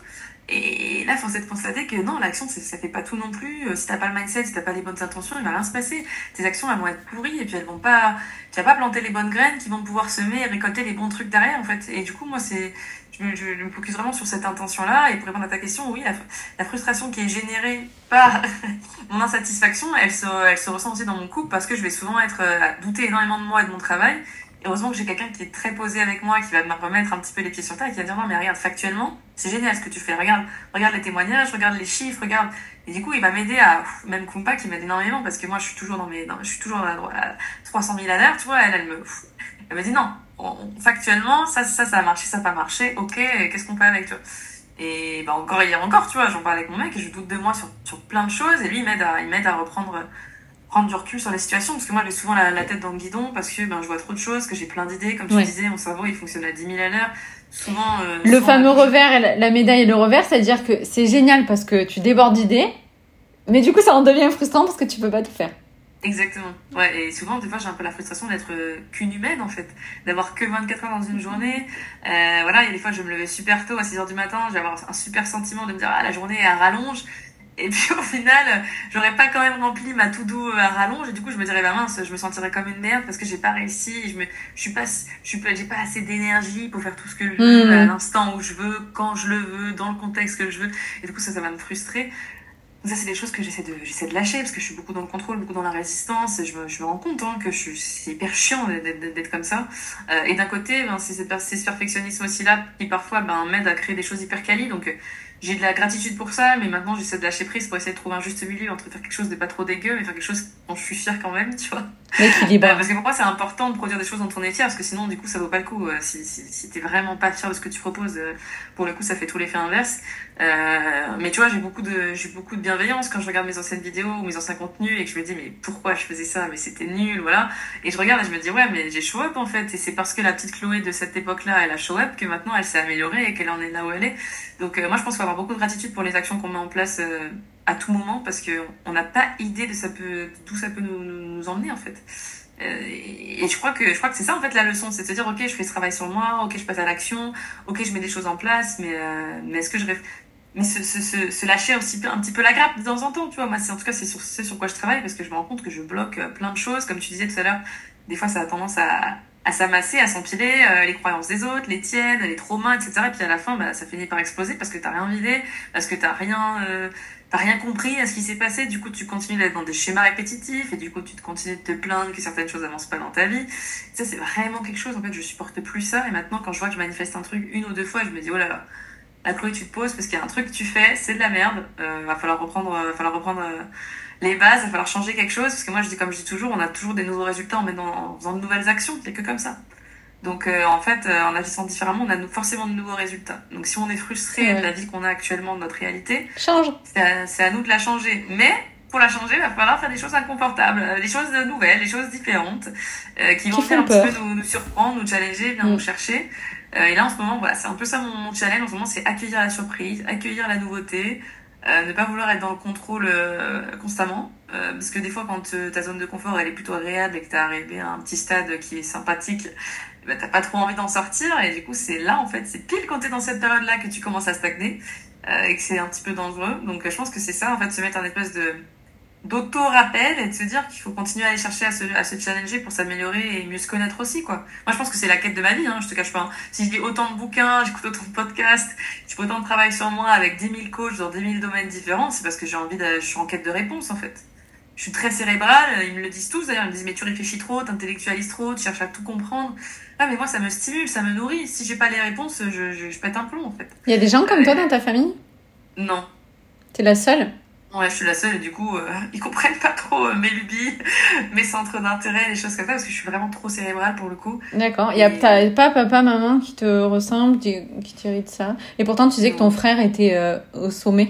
Et là, force est de constater que non, l'action, c'est- ça fait pas tout non plus. Euh, Si t'as pas le mindset, si t'as pas les bonnes intentions, il va rien se passer. Tes actions, elles vont être pourries et puis elles vont pas, tu vas pas planter les bonnes graines qui vont pouvoir semer et récolter les bons trucs derrière, en fait. Et du coup, moi, c'est, je me, je me focus vraiment sur cette intention-là. Et pour répondre à ta question, oui, la, la frustration qui est générée par mon insatisfaction, elle se, elle se ressent aussi dans mon couple parce que je vais souvent être euh, à douter énormément de moi et de mon travail. Et heureusement que j'ai quelqu'un qui est très posé avec moi, qui va me remettre un petit peu les pieds sur terre et qui va me dire non mais regarde factuellement, c'est génial ce que tu fais, regarde, regarde les témoignages, regarde les chiffres, regarde. Et du coup il va m'aider à, même Kumpa qui m'aide énormément parce que moi je suis toujours dans mes, dans, je suis toujours à, à trois cent mille à l'heure, tu vois, elle, elle me, elle me dit non, on, factuellement ça, ça, ça a marché, ça n'a pas marché, ok, qu'est-ce qu'on fait avec toi? Et bah encore hier encore, tu vois, j'en parle avec mon mec et je doute de moi sur, sur plein de choses et lui il m'aide à, il m'aide à reprendre prendre du recul sur la situation parce que moi j'ai souvent la, la tête dans le guidon parce que ben je vois trop de choses, que j'ai plein d'idées, comme tu Ouais. disais, mon cerveau il fonctionne à dix mille à l'heure souvent euh, Le souvent, fameux euh, revers, et la, la médaille et le revers, c'est-à-dire que c'est génial parce que tu débordes d'idées, mais du coup ça en devient frustrant parce que tu peux pas tout faire. exactement, ouais. Et souvent des fois j'ai un peu la frustration d'être euh, qu'une humaine en fait, d'avoir que vingt-quatre heures dans une journée. Euh, voilà, il y a des fois je me levais super tôt à six heures du matin, je vais avoir un super sentiment de me dire ah la journée elle rallonge. Et puis au final, j'aurais pas quand même rempli ma to-do à rallonge et du coup je me dirais bah mince, je me sentirais comme une merde parce que j'ai pas réussi, et je me je suis pas je suis pas j'ai pas assez d'énergie pour faire tout ce que je veux à Mmh. l'instant où je veux, quand je le veux, dans le contexte que je veux. Et du coup ça ça va me frustrer. Donc ça c'est des choses que j'essaie de j'essaie de lâcher parce que je suis beaucoup dans le contrôle, beaucoup dans la résistance et je me je me rends compte hein, que je suis c'est hyper chiant d'être d'être, d'être comme ça. Euh, et d'un côté, ben c'est cette c'est ce perfectionnisme aussi là qui parfois ben m'aide à créer des choses hyper quali donc j'ai de la gratitude pour ça, mais maintenant j'essaie de lâcher prise pour essayer de trouver un juste milieu entre faire quelque chose de pas trop dégueu, mais faire quelque chose dont je suis fière quand même, tu vois. L'équilibre. Euh, parce que pour moi c'est important de produire des choses dont on est fier, parce que sinon du coup ça vaut pas le coup. Euh, si si, si t'es vraiment pas fier de ce que tu proposes, euh, pour le coup ça fait tout l'effet inverse. Euh, mais tu vois, j'ai beaucoup de j'ai beaucoup de bienveillance quand je regarde mes anciennes vidéos ou mes anciens contenus et que je me dis mais pourquoi je faisais ça, mais c'était nul, voilà. Et je regarde et je me dis ouais mais j'ai show up en fait, et c'est parce que la petite Chloé de cette époque-là elle a show up que maintenant elle s'est améliorée et qu'elle en est là où elle est. Donc euh, moi je pense qu'il faut avoir beaucoup de gratitude pour les actions qu'on met en place euh, à tout moment parce que on n'a pas idée de ça peut d'où ça peut nous, nous, nous emmener en fait. Euh, et et je crois que je crois que c'est ça en fait la leçon, c'est de se dire ok je fais ce travail sur moi, ok je passe à l'action, ok je mets des choses en place, mais euh, mais est-ce que je réf- mais se, se, se, se lâcher aussi un petit peu la grappe de temps en temps, tu vois. Moi, c'est, en tout cas, c'est sur, c'est sur quoi je travaille parce que je me rends compte que je bloque euh, plein de choses. Comme tu disais tout à l'heure, des fois, ça a tendance à, à s'amasser, à s'empiler, euh, les croyances des autres, les tiennes, les traumas, et cetera. Et puis à la fin, bah, ça finit par exploser parce que t'as rien vidé, parce que t'as rien, euh, t'as rien compris à ce qui s'est passé. Du coup, tu continues d'être dans des schémas répétitifs et du coup, tu te continues de te plaindre que certaines choses avancent pas dans ta vie. Ça, c'est vraiment quelque chose. En fait, je supporte plus ça. Et maintenant, quand je vois que je manifeste un truc une ou deux fois, je me dis, oh là là. La Chloé, tu te poses parce qu'il y a un truc que tu fais, c'est de la merde. Euh, va falloir reprendre, euh, va falloir reprendre euh, les bases, va falloir changer quelque chose. Parce que moi, je dis comme je dis toujours, on a toujours des nouveaux résultats en, mettant, en faisant de nouvelles actions. Il n'y a que comme ça. Donc euh, en fait, euh, en agissant différemment, on a forcément de nouveaux résultats. Donc si on est frustré Ouais. de la vie qu'on a actuellement, de notre réalité, Change. c'est à, c'est à nous de la changer. Mais pour la changer, il va falloir faire des choses inconfortables, euh, des choses nouvelles, des choses différentes, euh, qui vont Qui venir font un petit peur. peu nous, nous surprendre, nous challenger, venir Mm. nous chercher. Euh, et là, en ce moment, voilà, c'est un peu ça mon, mon challenge. En ce moment, c'est accueillir la surprise, accueillir la nouveauté, euh, ne pas vouloir être dans le contrôle euh, constamment. Euh, parce que des fois, quand euh, ta zone de confort, elle est plutôt agréable et que t'es arrivé à un petit stade qui est sympathique, bah, t'as pas trop envie d'en sortir. Et du coup, c'est là, en fait, c'est pile quand t'es dans cette période-là que tu commences à stagner euh, et que c'est un petit peu dangereux. Donc, euh, je pense que c'est ça, en fait, se mettre un espèce de d'auto-rappel et de se dire qu'il faut continuer à aller chercher à se, à se challenger pour s'améliorer et mieux se connaître aussi, quoi. Moi, je pense que c'est la quête de ma vie, hein, je te cache pas. Hein. Si je lis autant de bouquins, j'écoute autant de podcasts, je fais autant de travail sur moi avec dix mille coachs dans dix mille domaines différents, c'est parce que j'ai envie de, je suis en quête de réponse, en fait. Je suis très cérébrale, ils me le disent tous d'ailleurs, ils me disent mais tu réfléchis trop, t'intellectualises trop, tu cherches à tout comprendre. Ah mais moi ça me stimule, ça me nourrit, si j'ai pas les réponses, je, je, je pète un plomb en fait. Il y a des gens comme toi dans ta famille? Non. T'es la seule? Ouais, je suis la seule et du coup, euh, ils comprennent pas trop euh, mes lubies, mes centres d'intérêt, les choses comme ça, parce que je suis vraiment trop cérébrale pour le coup. D'accord. Il y a Et- t'as pas papa, maman qui te ressemble, qui, qui t'irrite ça. Et pourtant, tu disais que ton frère était euh, au sommet.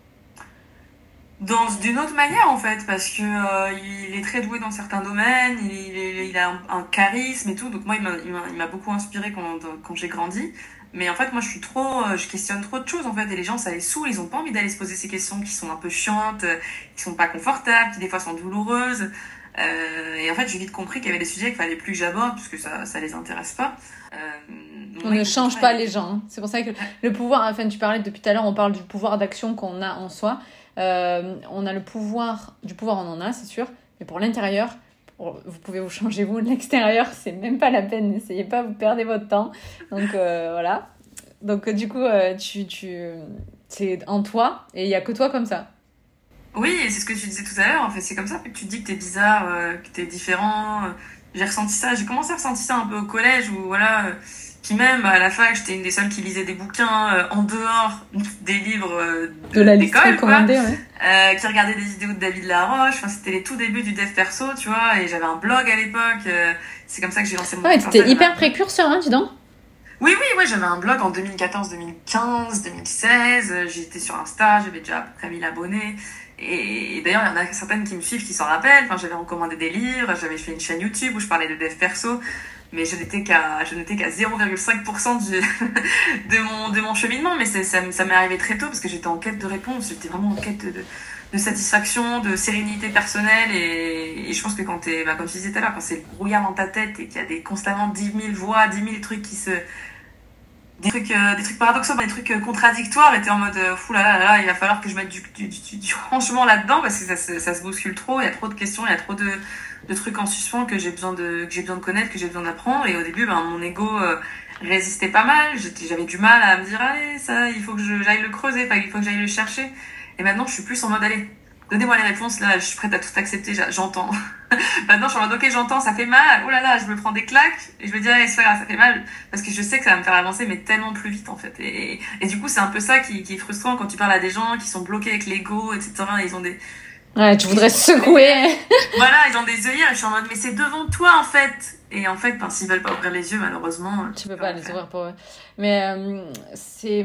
Dans, d'une autre manière en fait, parce que euh, il est très doué dans certains domaines, il, il, il a un, un charisme et tout, donc moi il m'a, il m'a, il m'a beaucoup inspiré quand, quand j'ai grandi. Mais en fait, moi je suis trop, euh, je questionne trop de choses en fait, et les gens ça les saoule, ils ont pas envie d'aller se poser ces questions qui sont un peu chiantes, euh, qui sont pas confortables, qui des fois sont douloureuses. Euh, et en fait, j'ai vite compris qu'il y avait des sujets qu'il fallait plus que j'aborde, puisque ça, ça les intéresse pas. Euh, On ne change pas les gens. Hein. C'est pour ça que le pouvoir, enfin tu parlais depuis tout à l'heure, on parle du pouvoir d'action qu'on a en soi. Euh, on a le pouvoir, du pouvoir on en a, c'est sûr, mais pour l'intérieur, pour, vous pouvez vous changer vous, l'extérieur, c'est même pas la peine, n'essayez pas, vous perdez votre temps. Donc euh, voilà. Donc du coup, euh, tu, tu, c'est en toi et il y a que toi comme ça. Oui, et c'est ce que tu disais tout à l'heure, en fait, c'est comme ça que tu te dis que t'es bizarre, euh, que t'es différent. J'ai ressenti ça, j'ai commencé à ressentir ça un peu au collège, où voilà, euh, puis même à la fac, j'étais une des seules qui lisait des bouquins euh, en dehors des livres euh, de, de la d'école, quoi, ouais. euh, qui regardait des vidéos de David Laroche, enfin, c'était les tout débuts du dev perso, tu vois, et j'avais un blog à l'époque, euh, c'est comme ça que j'ai lancé mon ouais, blog. T'étais hyper précurseur, hein, dis donc. Oui, oui, ouais, j'avais un blog en deux mille quatorze, deux mille quinze, deux mille seize, j'étais sur Insta, j'avais déjà à peu près mille abonnés. Et, et d'ailleurs, il y en a certaines qui me suivent qui s'en rappellent. Enfin, j'avais recommandé des livres, j'avais fait une chaîne YouTube où je parlais de dev perso, mais je n'étais qu'à, je n'étais qu'à zéro virgule cinq pour cent du, de, mon, de mon cheminement. Mais c'est, ça, ça m'est arrivé très tôt parce que j'étais en quête de réponse, j'étais vraiment en quête de, de satisfaction, de sérénité personnelle. Et, et je pense que quand t'es, bah, comme tu disais tout à l'heure, quand c'est le brouillard dans ta tête et qu'il y a des, constamment dix mille voix, dix mille trucs qui se... des trucs euh, des trucs paradoxaux, des trucs euh, contradictoires, et t'es en mode euh, fou là, là là là, il va falloir que je mette du, du, du, du rangement là-dedans parce que ça, ça, ça se bouscule trop, il y a trop de questions, il y a trop de, de trucs en suspens que j'ai besoin de que j'ai besoin de connaître, que j'ai besoin d'apprendre. Et au début, ben, mon ego euh, résistait pas mal, J'étais, j'avais du mal à me dire allez, ça il faut que je, j'aille le creuser, enfin, il faut que j'aille le chercher. Et maintenant je suis plus en mode allez, donnez-moi les réponses, là je suis prête à tout accepter, j'entends. Maintenant, je suis en mode, ok, j'entends, ça fait mal, oh là là, je me prends des claques, et je me dis, allez, c'est pas grave, ça fait mal, parce que je sais que ça va me faire avancer, mais tellement plus vite, en fait. Et, et du coup, c'est un peu ça qui, qui est frustrant quand tu parles à des gens qui sont bloqués avec l'ego, et cetera. Ils ont des... Ouais, tu voudrais se secouer. Voilà, ils ont des œillères, et je suis en mode, mais c'est devant toi, en fait. Et en fait, ben, s'ils veulent pas ouvrir les yeux, malheureusement... Tu peux pas les ouvrir pour eux. Mais euh, c'est...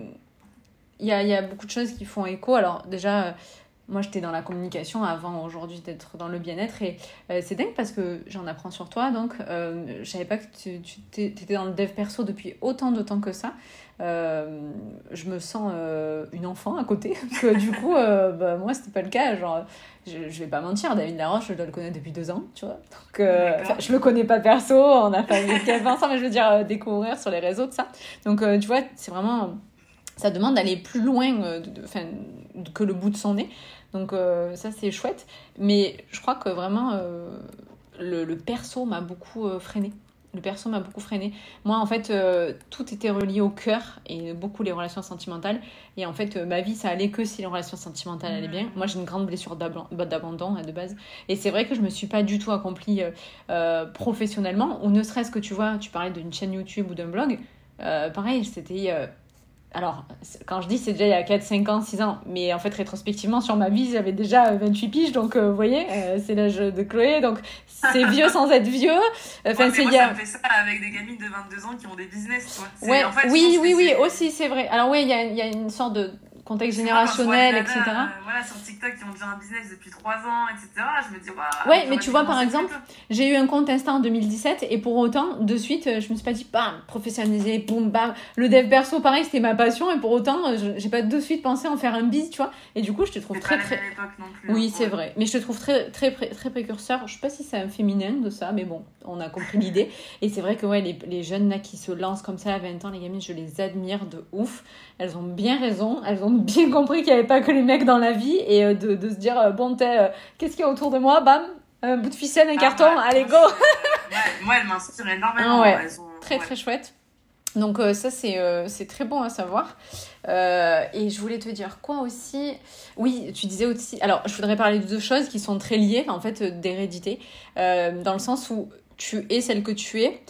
Il y a, il y a beaucoup de choses qui font écho. Alors, déjà... Euh, moi, j'étais dans la communication avant aujourd'hui d'être dans le bien-être. Et euh, c'est dingue parce que j'en apprends sur toi. Donc, euh, je savais pas que tu, tu étais dans le dev perso depuis autant de temps que ça. Euh, je me sens euh, une enfant à côté. Que du coup, euh, bah, moi, c'était pas le cas. Genre, je, je vais pas mentir, David Laroche, je dois le connaître depuis deux ans. Tu vois. Donc, euh, je le connais pas perso. On n'a pas vécu ensemble, mais je veux dire, euh, découvrir sur les réseaux, tout ça. Donc, euh, tu vois, c'est vraiment... Ça demande d'aller plus loin euh, de, de, de, que le bout de son nez. Donc euh, ça, c'est chouette. Mais je crois que vraiment, euh, le, le perso m'a beaucoup euh, freiné. Le perso m'a beaucoup freiné. Moi, en fait, euh, tout était relié au cœur et beaucoup les relations sentimentales. Et en fait, euh, ma vie, ça allait que si les relations sentimentales allaient bien. Moi, j'ai une grande blessure d'abandon hein, de base. Et c'est vrai que je me suis pas du tout accomplie euh, euh, professionnellement. Ou ne serait-ce que, tu vois, tu parlais d'une chaîne YouTube ou d'un blog. Euh, pareil, c'était... Euh, Alors, quand je dis, c'est déjà il y a quatre, cinq ans, six ans. Mais en fait, rétrospectivement, sur ma vie, j'avais déjà vingt-huit piges. Donc, euh, vous voyez, euh, c'est l'âge de Chloé. Donc, c'est vieux sans être vieux. Enfin, ouais, c'est moi, y a... ça me fait ça avec des gamines de vingt-deux ans qui ont des business, toi. C'est, ouais, en fait, oui, oui, oui, aussi, c'est vrai. Alors, oui, il y a, y a une sorte de contexte générationnel, et cetera. Euh, voilà, sur TikTok, qui ont déjà un business depuis trois ans, et cetera. Je me dis, waouh. Ouais, mais tu vois, par exemple, j'ai eu un compte Insta en deux mille dix-sept et pour autant, de suite, je me suis pas dit, bam, professionnaliser, boum, bam. Le dev perso, pareil, c'était ma passion et pour autant, j'ai pas de suite pensé en faire un biz, tu vois. Et du coup, je te trouve c'est très, pas très. La même époque non plus, oui, hein, c'est ouais. vrai. Mais je te trouve très, très, très, très précurseur. Je sais pas si c'est un féminin de ça, mais bon, on a compris l'idée. Et c'est vrai que, ouais, les, les jeunes là qui se lancent comme ça à vingt ans, les gamines, je les admire de ouf. Elles ont bien raison. Elles ont bien compris qu'il n'y avait pas que les mecs dans la vie et euh, de, de se dire, euh, bon, t'es, euh, qu'est-ce qu'il y a autour de moi? Bam, un bout de ficelle, un ah, carton, ouais, allez, go. Ouais, moi, elles m'inspirent énormément. Ah, ouais. Elles ont... Très, ouais. très chouette. Donc euh, ça, c'est, euh, c'est très bon à savoir. Euh, et je voulais te dire quoi aussi? Oui, tu disais aussi... Alors, je voudrais parler de deux choses qui sont très liées, en fait, d'hérédité, euh, dans le sens où tu es celle que tu es.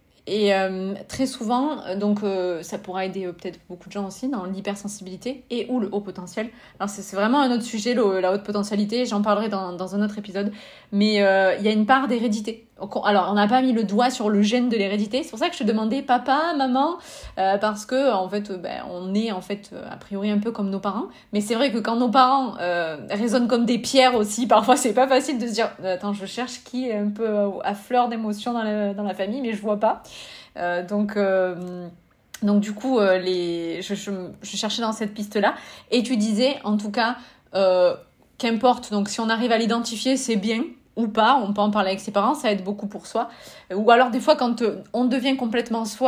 Et euh, très souvent, donc euh, ça pourra aider euh, peut-être beaucoup de gens aussi dans l'hypersensibilité et ou le haut potentiel. Alors c'est, c'est vraiment un autre sujet, le, la haute potentialité, j'en parlerai dans, dans un autre épisode. Mais il euh, y a une part d'hérédité. Alors on n'a pas mis le doigt sur le gène de l'hérédité, c'est pour ça que je te demandais papa, maman, euh, parce que en fait, euh, ben, on est en fait a priori un peu comme nos parents. Mais c'est vrai que quand nos parents euh, résonnent comme des pierres aussi, parfois c'est pas facile de se dire attends, je cherche qui est un peu à fleur d'émotion dans la, dans la famille, mais je vois pas. Euh, donc, euh, donc du coup, euh, les, je, je, je cherchais dans cette piste-là. Et tu disais, en tout cas, euh, qu'importe, donc si on arrive à l'identifier, c'est bien ou pas, on peut en parler avec ses parents, ça aide beaucoup pour soi. Ou alors des fois, quand on devient complètement soi,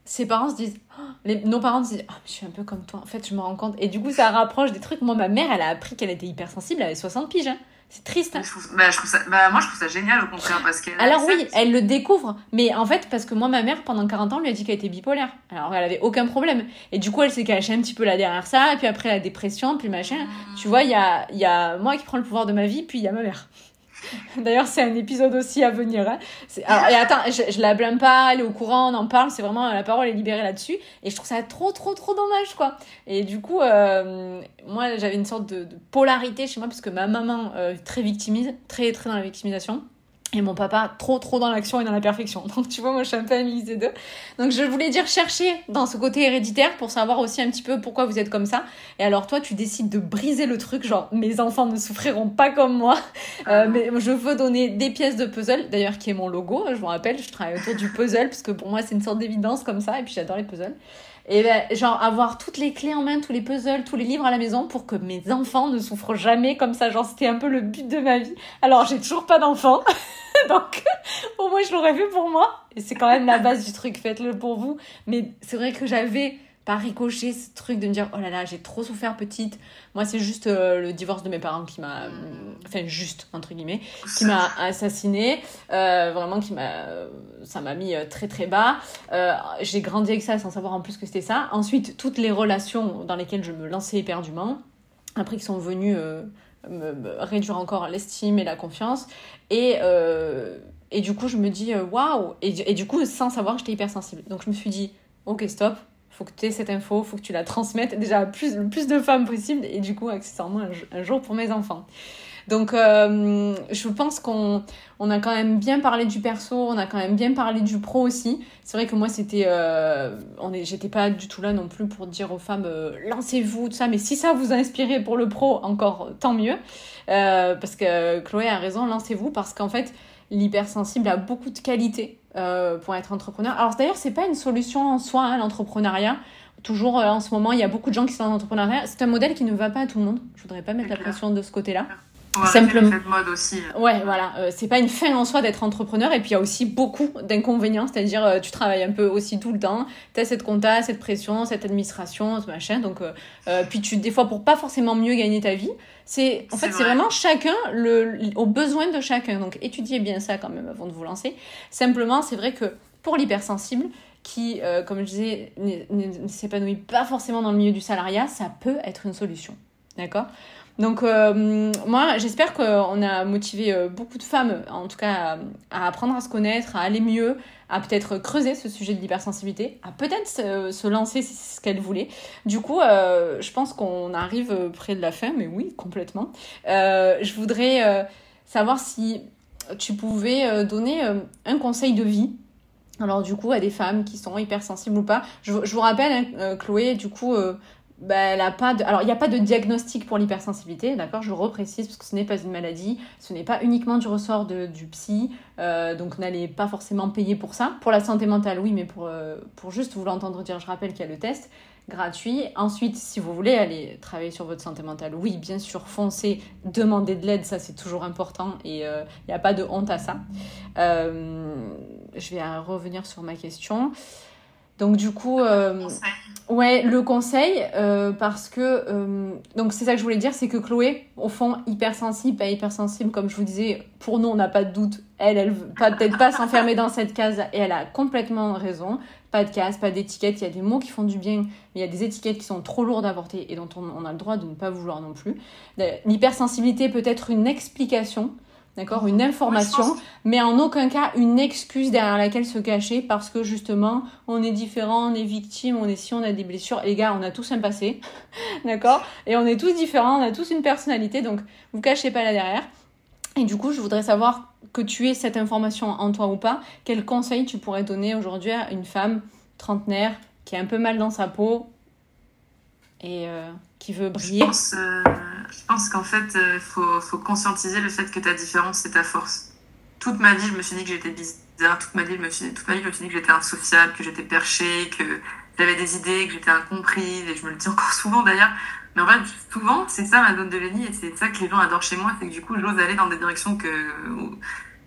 ses parents se disent, oh, les, nos parents se disent, oh, je suis un peu comme toi, en fait, je me rends compte. Et du coup, ça rapproche des trucs. Moi, ma mère, elle a appris qu'elle était hypersensible, elle avait soixante piges. Hein. C'est triste. Hein. Je trouve, bah, je trouve ça, bah, moi, je trouve ça génial, au contraire, parce que... Alors oui, elle le découvre. Mais en fait, parce que moi, ma mère, pendant quarante ans, lui a dit qu'elle était bipolaire. Alors, elle avait aucun problème. Et du coup, elle s'est cachée un petit peu là derrière ça. Et puis après, la dépression, puis machin. Mmh. Tu vois, il y a, y a moi qui prends le pouvoir de ma vie, puis il y a ma mère. D'ailleurs, c'est un épisode aussi à venir. Hein. C'est... Alors, et attends, je, je la blâme pas, elle est au courant, on en parle, c'est vraiment, la parole est libérée là-dessus. Et je trouve ça trop, trop, trop dommage, quoi. Et du coup, euh, moi, j'avais une sorte de, de polarité chez moi, parce que ma maman, euh, très victimise, très, très dans la victimisation. Et mon papa, trop, trop dans l'action et dans la perfection. Donc, tu vois, moi, je suis un peu un mix des deux. Donc, je voulais dire chercher dans ce côté héréditaire pour savoir aussi un petit peu pourquoi vous êtes comme ça. Et alors, toi, tu décides de briser le truc, genre, mes enfants ne souffriront pas comme moi. Euh, mais je veux donner des pièces de puzzle, d'ailleurs, qui est mon logo. Je vous rappelle, je travaille autour du puzzle, parce que pour moi, c'est une sorte d'évidence comme ça. Et puis, j'adore les puzzles. Et ben, genre, avoir toutes les clés en main, tous les puzzles, tous les livres à la maison pour que mes enfants ne souffrent jamais comme ça. Genre, c'était un peu le but de ma vie. Alors, j'ai toujours pas d'enfants. Donc, au moins, je l'aurais fait pour moi. Et c'est quand même la base du truc. Faites-le pour vous. Mais c'est vrai que j'avais, par ricochet, ce truc de me dire, oh là là, j'ai trop souffert petite. Moi, c'est juste euh, le divorce de mes parents qui m'a... Euh, enfin, juste, entre guillemets. Qui m'a assassinée. Euh, vraiment, qui m'a... Ça m'a mis très, très bas. Euh, j'ai grandi avec ça sans savoir en plus que c'était ça. Ensuite, toutes les relations dans lesquelles je me lançais éperdument. Après, qui sont venues... Euh, Me, me réduire encore l'estime et la confiance et, euh, et du coup je me dis waouh wow. et, et du coup sans savoir j'étais hypersensible donc je me suis dit ok stop faut que tu aies cette info faut que tu la transmettes déjà à plus, le plus de femmes possible et du coup accessoirement un, un jour pour mes enfants. Donc, euh, je pense qu'on on a quand même bien parlé du perso, on a quand même bien parlé du pro aussi. C'est vrai que moi, c'était, euh, on est, j'étais pas du tout là non plus pour dire aux femmes euh, lancez-vous, tout ça. Mais si ça vous a inspiré pour le pro, encore tant mieux. Euh, parce que Chloé a raison, lancez-vous parce qu'en fait, l'hypersensible a beaucoup de qualités euh, pour être entrepreneur. Alors d'ailleurs, c'est pas une solution en soi, hein, l'entrepreneuriat. Toujours euh, en ce moment, il y a beaucoup de gens qui sont dans l'entrepreneuriat. C'est un modèle qui ne va pas à tout le monde. Je voudrais pas mettre la pression de ce côté-là. Ouais, simplement. C'est de mode aussi. Ouais, voilà. Euh, c'est pas une fin en soi d'être entrepreneur. Et puis, il y a aussi beaucoup d'inconvénients. C'est-à-dire, euh, tu travailles un peu aussi tout le temps. T'as cette compta, cette pression, cette administration, ce machin. Donc, euh, euh, puis tu, des fois, pour pas forcément mieux gagner ta vie, c'est, en c'est fait, vrai. C'est vraiment chacun, le, le, aux besoins de chacun. Donc, étudiez bien ça quand même avant de vous lancer. Simplement, c'est vrai que pour l'hypersensible, qui, euh, comme je disais, ne s'épanouit pas forcément dans le milieu du salariat, ça peut être une solution. D'accord ? Donc, euh, moi, j'espère qu'on a motivé euh, beaucoup de femmes, en tout cas, à, à apprendre à se connaître, à aller mieux, à peut-être creuser ce sujet de l'hypersensibilité, à peut-être se, se lancer si c'est ce qu'elles voulaient. Du coup, euh, je pense qu'on arrive près de la fin, mais oui, complètement. Euh, je voudrais euh, savoir si tu pouvais euh, donner euh, un conseil de vie. Alors, du coup, à des femmes qui sont hypersensibles ou pas. Je, je vous rappelle, hein, euh, Chloé, du coup... Euh, Bah, elle a pas de... Alors, il n'y a pas de diagnostic pour l'hypersensibilité, d'accord ? Je reprécise, parce que ce n'est pas une maladie, ce n'est pas uniquement du ressort de, du psy, euh, donc n'allez pas forcément payer pour ça. Pour la santé mentale, oui, mais pour, euh, pour juste vous l'entendre dire, je rappelle qu'il y a le test gratuit. Ensuite, si vous voulez aller travailler sur votre santé mentale, oui, bien sûr, foncez, demandez de l'aide, ça c'est toujours important, et il euh, n'y a pas de honte à ça. Euh, je vais revenir sur ma question. Donc du coup, euh, ouais, le conseil, euh, parce que, euh, donc c'est ça que je voulais dire, c'est que Chloé, au fond, hypersensible, pas hypersensible, comme je vous disais, pour nous, on n'a pas de doute, elle, elle veut pas, peut-être pas s'enfermer dans cette case, et elle a complètement raison, pas de case, pas d'étiquette, il y a des mots qui font du bien, mais il y a des étiquettes qui sont trop lourdes à porter, et dont on, on a le droit de ne pas vouloir non plus. L'hypersensibilité peut être une explication, d'accord, une information, oui, mais en aucun cas une excuse derrière laquelle se cacher parce que justement, on est différent, on est victime, on est si, on a des blessures. Les gars, on a tous un passé, d'accord ? Et on est tous différents, on a tous une personnalité, donc vous cachez pas là derrière. Et du coup, je voudrais savoir que tu aies cette information en toi ou pas, quel conseil tu pourrais donner aujourd'hui à une femme trentenaire qui a un peu mal dans sa peau et euh, qui veut briller. Je pense, euh, je pense qu'en fait, il euh, faut, faut conscientiser le fait que ta différence, c'est ta force. Toute ma vie, je me suis dit que j'étais bizarre. Toute ma vie, je me suis, toute ma vie, je me suis dit que j'étais insociable, que j'étais perchée, que j'avais des idées, que j'étais incomprise. Et je me le dis encore souvent d'ailleurs. Mais en fait, souvent, c'est ça ma zone de génie. Et c'est ça que les gens adorent chez moi. C'est que du coup, j'ose aller dans des directions que...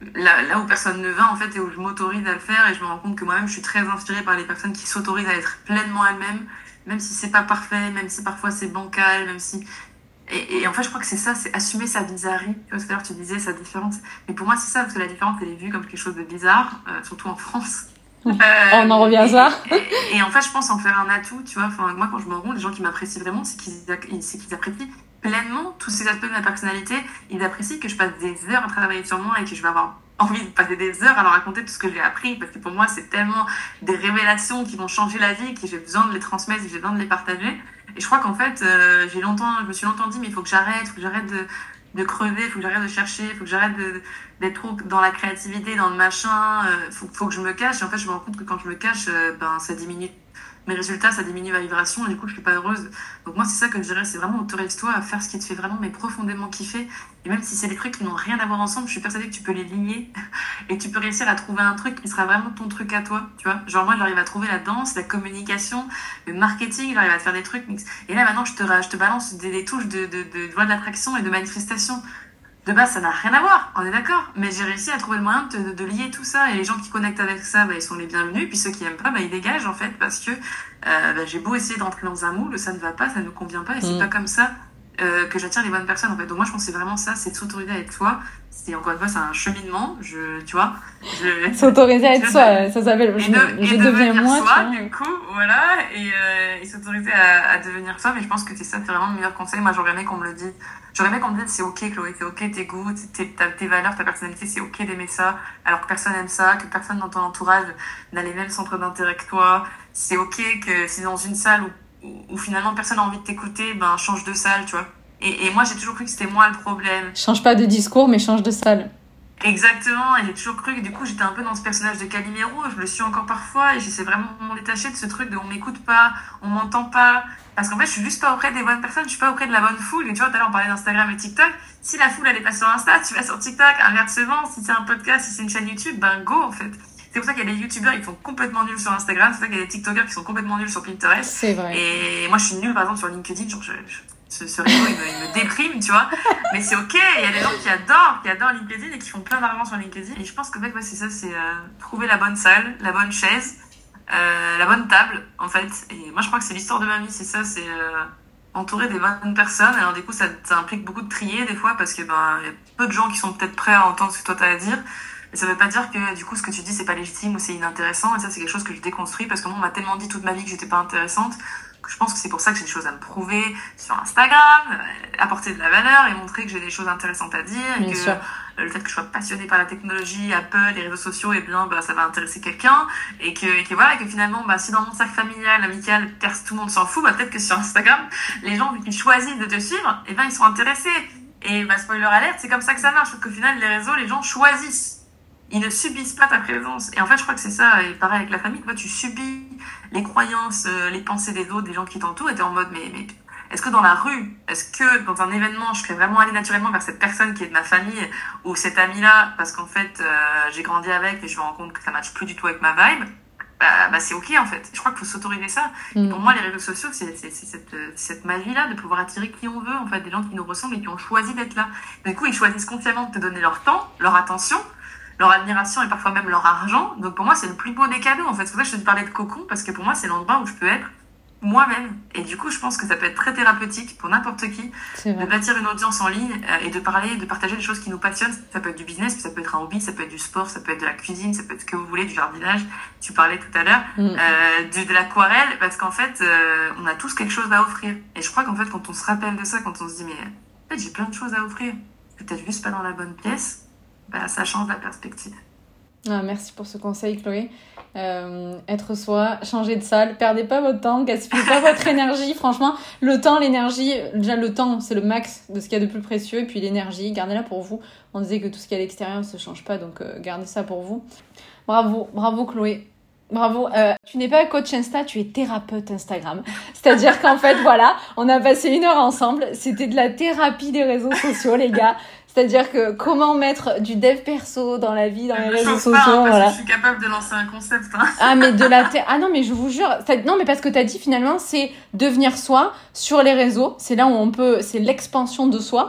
là, là où personne ne va, en fait, et où je m'autorise à le faire, et je me rends compte que moi-même, je suis très inspirée par les personnes qui s'autorisent à être pleinement elles-mêmes, même si c'est pas parfait, même si parfois c'est bancal, même si... Et, et en fait, je crois que c'est ça, c'est assumer sa bizarrerie. Tu vois, tout à l'heure, tu disais sa différence. Mais pour moi, c'est ça, parce que la différence, elle est vue comme quelque chose de bizarre, euh, surtout en France. Euh, On en revient à ça. Et, et, et en fait, je pense en faire un atout, tu vois. Enfin, moi, quand je me rends compte, les gens qui m'apprécient vraiment, c'est qu'ils, c'est qu'ils apprécient pleinement tous ces aspects de ma personnalité. Ils apprécient que je passe des heures à travailler sur moi et que je vais avoir envie de passer des heures à leur raconter tout ce que j'ai appris, parce que pour moi, c'est tellement des révélations qui vont changer la vie, que j'ai besoin de les transmettre, que j'ai besoin de les partager. Et je crois qu'en fait, euh, j'ai longtemps, je me suis longtemps dit, mais il faut que j'arrête, il faut que j'arrête de, de crever, il faut que j'arrête de chercher, il faut que j'arrête de, d'être trop dans la créativité, dans le machin, il euh, faut, faut que je me cache. Et en fait, je me rends compte que quand je me cache, euh, ben, ça diminue mes résultats, ça diminue ma vibration, et du coup, je suis pas heureuse. Donc moi, c'est ça que je dirais, c'est vraiment autorise-toi à faire ce qui te fait vraiment, mais profondément kiffer. Et même si c'est des trucs qui n'ont rien à voir ensemble, je suis persuadée que tu peux les lier et que tu peux réussir à trouver un truc qui sera vraiment ton truc à toi, tu vois. Genre moi, j'arrive à trouver la danse, la communication, le marketing, j'arrive à te faire des trucs. Et là, maintenant, je te, je te balance des, des touches de, de, de, de loi de l'attraction et de manifestation. De base, ça n'a rien à voir, on est d'accord. Mais j'ai réussi à trouver le moyen de, de, de lier tout ça. Et les gens qui connectent avec ça, bah, ils sont les bienvenus. Puis ceux qui aiment pas, bah, ils dégagent, en fait. Parce que euh, bah, j'ai beau essayer d'entrer dans un moule, ça ne va pas, ça ne me convient pas. Et c'est mmh. pas comme ça euh, que j'attire les bonnes personnes, en fait. Donc moi, je pense que c'est vraiment ça, c'est de s'autoriser à être soi. C'est, encore une fois, c'est un cheminement. Je, tu vois. Je, s'autoriser à être soi, ça s'appelle je, de, je et deviens moi. Soi, du coup, voilà. Et, euh, et s'autoriser à, à devenir soi. Mais je pense que c'est ça, c'est vraiment le meilleur conseil. Moi, j'aurais aimé qu'on me le dise. J'aurais aimé qu'on me dise c'est ok Chloé, c'est ok tes goûts, tes, tes, tes valeurs, ta personnalité, c'est ok d'aimer ça, alors que personne aime ça, que personne dans ton entourage n'a les mêmes centres d'intérêt que toi. C'est ok que si dans une salle où, où, où finalement personne n'a envie de t'écouter, ben change de salle, tu vois. Et, et moi j'ai toujours cru que c'était moi le problème. Change pas de discours, mais change de salle. Exactement, et j'ai toujours cru que du coup j'étais un peu dans ce personnage de Calimero, je le suis encore parfois, et j'essaie vraiment de m'en détacher de ce truc de on m'écoute pas, on m'entend pas, parce qu'en fait je suis juste pas auprès des bonnes personnes, je suis pas auprès de la bonne foule. Et tu vois, tout à l'heure on parlait d'Instagram et TikTok, si la foule elle est pas sur Insta, tu vas sur TikTok. Inversement, si c'est un podcast, si c'est une chaîne YouTube, ben go en fait. C'est pour ça qu'il y a des youtubeurs qui sont complètement nuls sur Instagram, c'est pour ça qu'il y a des tiktokers qui sont complètement nuls sur Pinterest. C'est vrai. Et moi je suis nulle par exemple sur LinkedIn, genre je, je... ce, ce réseau il me, il me déprime, tu vois. Mais c'est ok, il y a des gens qui adorent, qui adorent LinkedIn et qui font plein d'argent sur LinkedIn. Et je pense que en fait, ouais, c'est ça, c'est euh, trouver la bonne salle, la bonne chaise, euh, la bonne table, en fait. Et moi je crois que c'est l'histoire de ma vie, c'est ça, c'est euh, entourer des bonnes personnes. Alors du coup ça, ça implique beaucoup de trier des fois, parce que ben il y a peu de gens qui sont peut-être prêts à entendre ce que toi t'as à dire. Mais ça veut pas dire que du coup ce que tu dis c'est pas légitime ou c'est inintéressant. Et ça c'est quelque chose que je déconstruis, parce que moi on m'a tellement dit toute ma vie que j'étais pas intéressante, que je pense que c'est pour ça que j'ai des choses à me prouver sur Instagram, euh, apporter de la valeur et montrer que j'ai des choses intéressantes à dire. Et Bien que sûr. le fait que je sois passionnée par la technologie, Apple, les réseaux sociaux, et bien bah, ça va intéresser quelqu'un. Et que, et que voilà, et que finalement bah, si dans mon cercle familial, amical, tout le monde s'en fout, bah, peut-être que sur Instagram, les gens qui choisissent de te suivre, et ben ils sont intéressés. Et bah, spoiler alert, c'est comme ça que ça marche, parce qu'au final les réseaux, les gens choisissent. Ils ne subissent pas ta présence. Et en fait, je crois que c'est ça. Et pareil avec la famille, toi, tu subis les croyances, euh, les pensées des autres, des gens qui t'entourent, et t'es en mode, mais, mais est-ce que dans la rue, est-ce que dans un événement, je serais vraiment aller naturellement vers cette personne qui est de ma famille ou cet ami-là, parce qu'en fait, euh, j'ai grandi avec et je me rends compte que ça matche plus du tout avec ma vibe, bah, bah c'est ok en fait. Je crois qu'il faut s'autoriser ça. Mmh. Pour moi, les réseaux sociaux, c'est, c'est, c'est cette, cette magie-là de pouvoir attirer qui on veut, en fait, des gens qui nous ressemblent et qui ont choisi d'être là. Du coup, ils choisissent consciemment de te donner leur temps, leur attention, leur admiration et parfois même leur argent. Donc pour moi, c'est le plus beau des cadeaux, en fait. C'est pour ça que je te parlais de cocon, parce que pour moi, c'est l'endroit où je peux être moi-même. Et du coup, je pense que ça peut être très thérapeutique pour n'importe qui de bâtir une audience en ligne euh, et de parler, de partager des choses qui nous passionnent. Ça peut être du business, ça peut être un hobby, ça peut être du sport, ça peut être de la cuisine, ça peut être ce que vous voulez, du jardinage. Tu parlais tout à l'heure mm. euh, de, de l'aquarelle, parce qu'en fait, euh, on a tous quelque chose à offrir. Et je crois qu'en fait, quand on se rappelle de ça, quand on se dit, mais en fait, j'ai plein de choses à offrir, peut-être juste pas dans la bonne pièce, bah, ça change la perspective. Ah, merci pour ce conseil, Chloé. Euh, être soi, changer de salle, perdez pas votre temps, gaspillez pas votre énergie. Franchement, le temps, l'énergie, déjà le temps, c'est le max de ce qu'il y a de plus précieux. Et puis l'énergie, gardez-la pour vous. On disait que tout ce qui est à l'extérieur ne se change pas, donc euh, gardez ça pour vous. Bravo, bravo Chloé. Bravo. Euh, tu n'es pas coach Insta, tu es thérapeute Instagram. C'est-à-dire qu'en fait, voilà, on a passé une heure ensemble. C'était de la thérapie des réseaux sociaux, les gars. C'est-à-dire que comment mettre du dev perso dans la vie, dans les réseaux sociaux. Pas, hein, parce voilà. que je suis capable de lancer un concept. Hein. Ah, mais de la thé- ah non, mais je vous jure. Non, mais parce que t'as dit finalement, c'est devenir soi sur les réseaux. C'est là où on peut, c'est l'expansion de soi.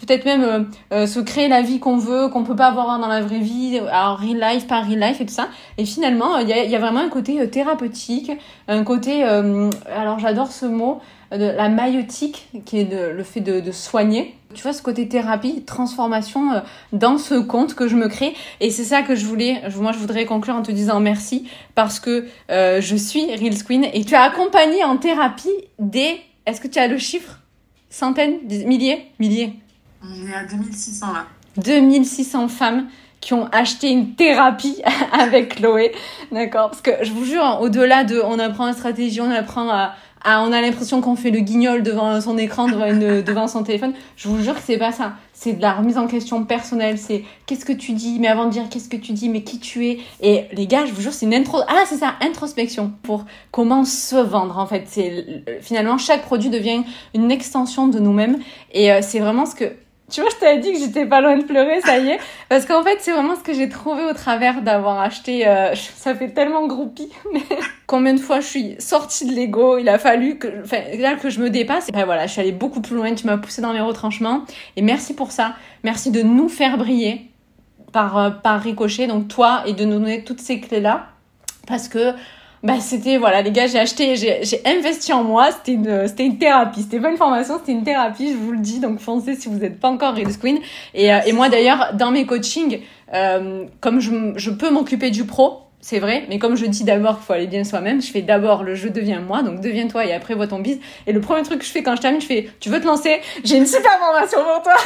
peut-être même euh, euh, se créer la vie qu'on veut, qu'on peut pas avoir dans la vraie vie, alors real life, pas real life et tout ça. Et finalement, il y a, y a vraiment un côté euh, thérapeutique, un côté, euh, alors j'adore ce mot, euh, de la maïeutique, qui est de, le fait de, de soigner. Tu vois, ce côté thérapie, transformation euh, dans ce compte que je me crée. Et c'est ça que je voulais, je, moi je voudrais conclure en te disant merci, parce que euh, je suis Reels Queen et tu as accompagné en thérapie des, est-ce que tu as le chiffre? Centaines, milliers, milliers. On est à deux mille six cents là. deux mille six cents femmes qui ont acheté une thérapie avec Chloé, d'accord? Parce que je vous jure, au-delà de, on apprend la stratégie, on apprend à, à on a l'impression qu'on fait le guignol devant son écran, devant une, devant son téléphone. Je vous jure que c'est pas ça. C'est de la remise en question personnelle. C'est qu'est-ce que tu dis, mais avant de dire qu'est-ce que tu dis, mais qui tu es. Et les gars, je vous jure, c'est une intro. Ah, c'est ça, introspection pour comment se vendre. En fait, c'est finalement chaque produit devient une extension de nous-mêmes. Et euh, c'est vraiment ce que tu vois, je t'avais dit que j'étais pas loin de pleurer, ça y est. Parce qu'en fait, c'est vraiment ce que j'ai trouvé au travers d'avoir acheté... Euh, ça fait tellement groupie. Mais combien de fois je suis sortie de l'ego, il a fallu que, enfin, là, que je me dépasse. Et ben voilà, je suis allée beaucoup plus loin, tu m'as poussée dans mes retranchements. Et merci pour ça. Merci de nous faire briller par, euh, par ricochet, donc toi, et de nous donner toutes ces clés-là. Parce que... Bah, c'était, voilà, les gars, j'ai acheté, j'ai, j'ai investi en moi, c'était une, c'était une thérapie, c'était pas une formation, c'était une thérapie, je vous le dis, donc foncez si vous n'êtes pas encore Reels Queen. Et, euh, et moi, d'ailleurs, dans mes coachings, euh, comme je, je peux m'occuper du pro, c'est vrai, mais comme je dis d'abord qu'il faut aller bien soi-même, je fais d'abord le je deviens moi, donc deviens-toi et après vois ton bise. Et le premier truc que je fais quand je termine, je fais, tu veux te lancer? J'ai une super formation pour toi!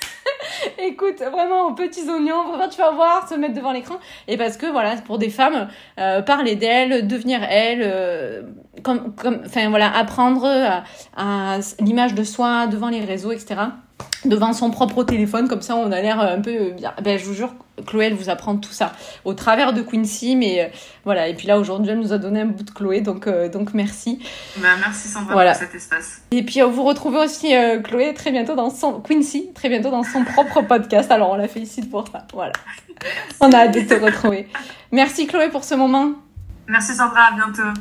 Écoute, vraiment aux petits oignons, vraiment tu vas voir, se mettre devant l'écran. Et parce que voilà, pour des femmes, euh, parler d'elles, devenir elles, euh, comme, comme, enfin voilà, apprendre à, à l'image de soi devant les réseaux, et cetera. Devant son propre téléphone, comme ça on a l'air un peu bien. Ben, je vous jure, Chloé, elle vous apprend tout ça au travers de Quincy, mais euh, voilà. Et puis là, aujourd'hui, elle nous a donné un bout de Chloé, donc, euh, donc merci. Bah, merci Sandra voilà. pour cet espace. Et puis, euh, vous retrouvez aussi euh, Chloé très bientôt dans son, Quincy, très bientôt dans son propre podcast. Alors, on la félicite pour ça. Voilà. Merci. On a hâte de te retrouver. Merci Chloé pour ce moment. Merci Sandra, à bientôt.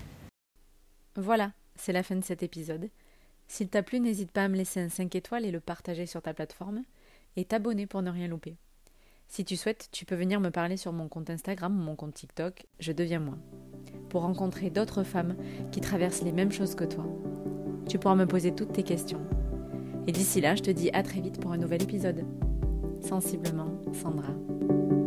Voilà, c'est la fin de cet épisode. S'il t'a plu, n'hésite pas à me laisser un cinq étoiles et le partager sur ta plateforme et t'abonner pour ne rien louper. Si tu souhaites, tu peux venir me parler sur mon compte Instagram ou mon compte TikTok, Je deviens moi, pour rencontrer d'autres femmes qui traversent les mêmes choses que toi. Tu pourras me poser toutes tes questions. Et d'ici là, je te dis à très vite pour un nouvel épisode. Sensiblement, Sandra.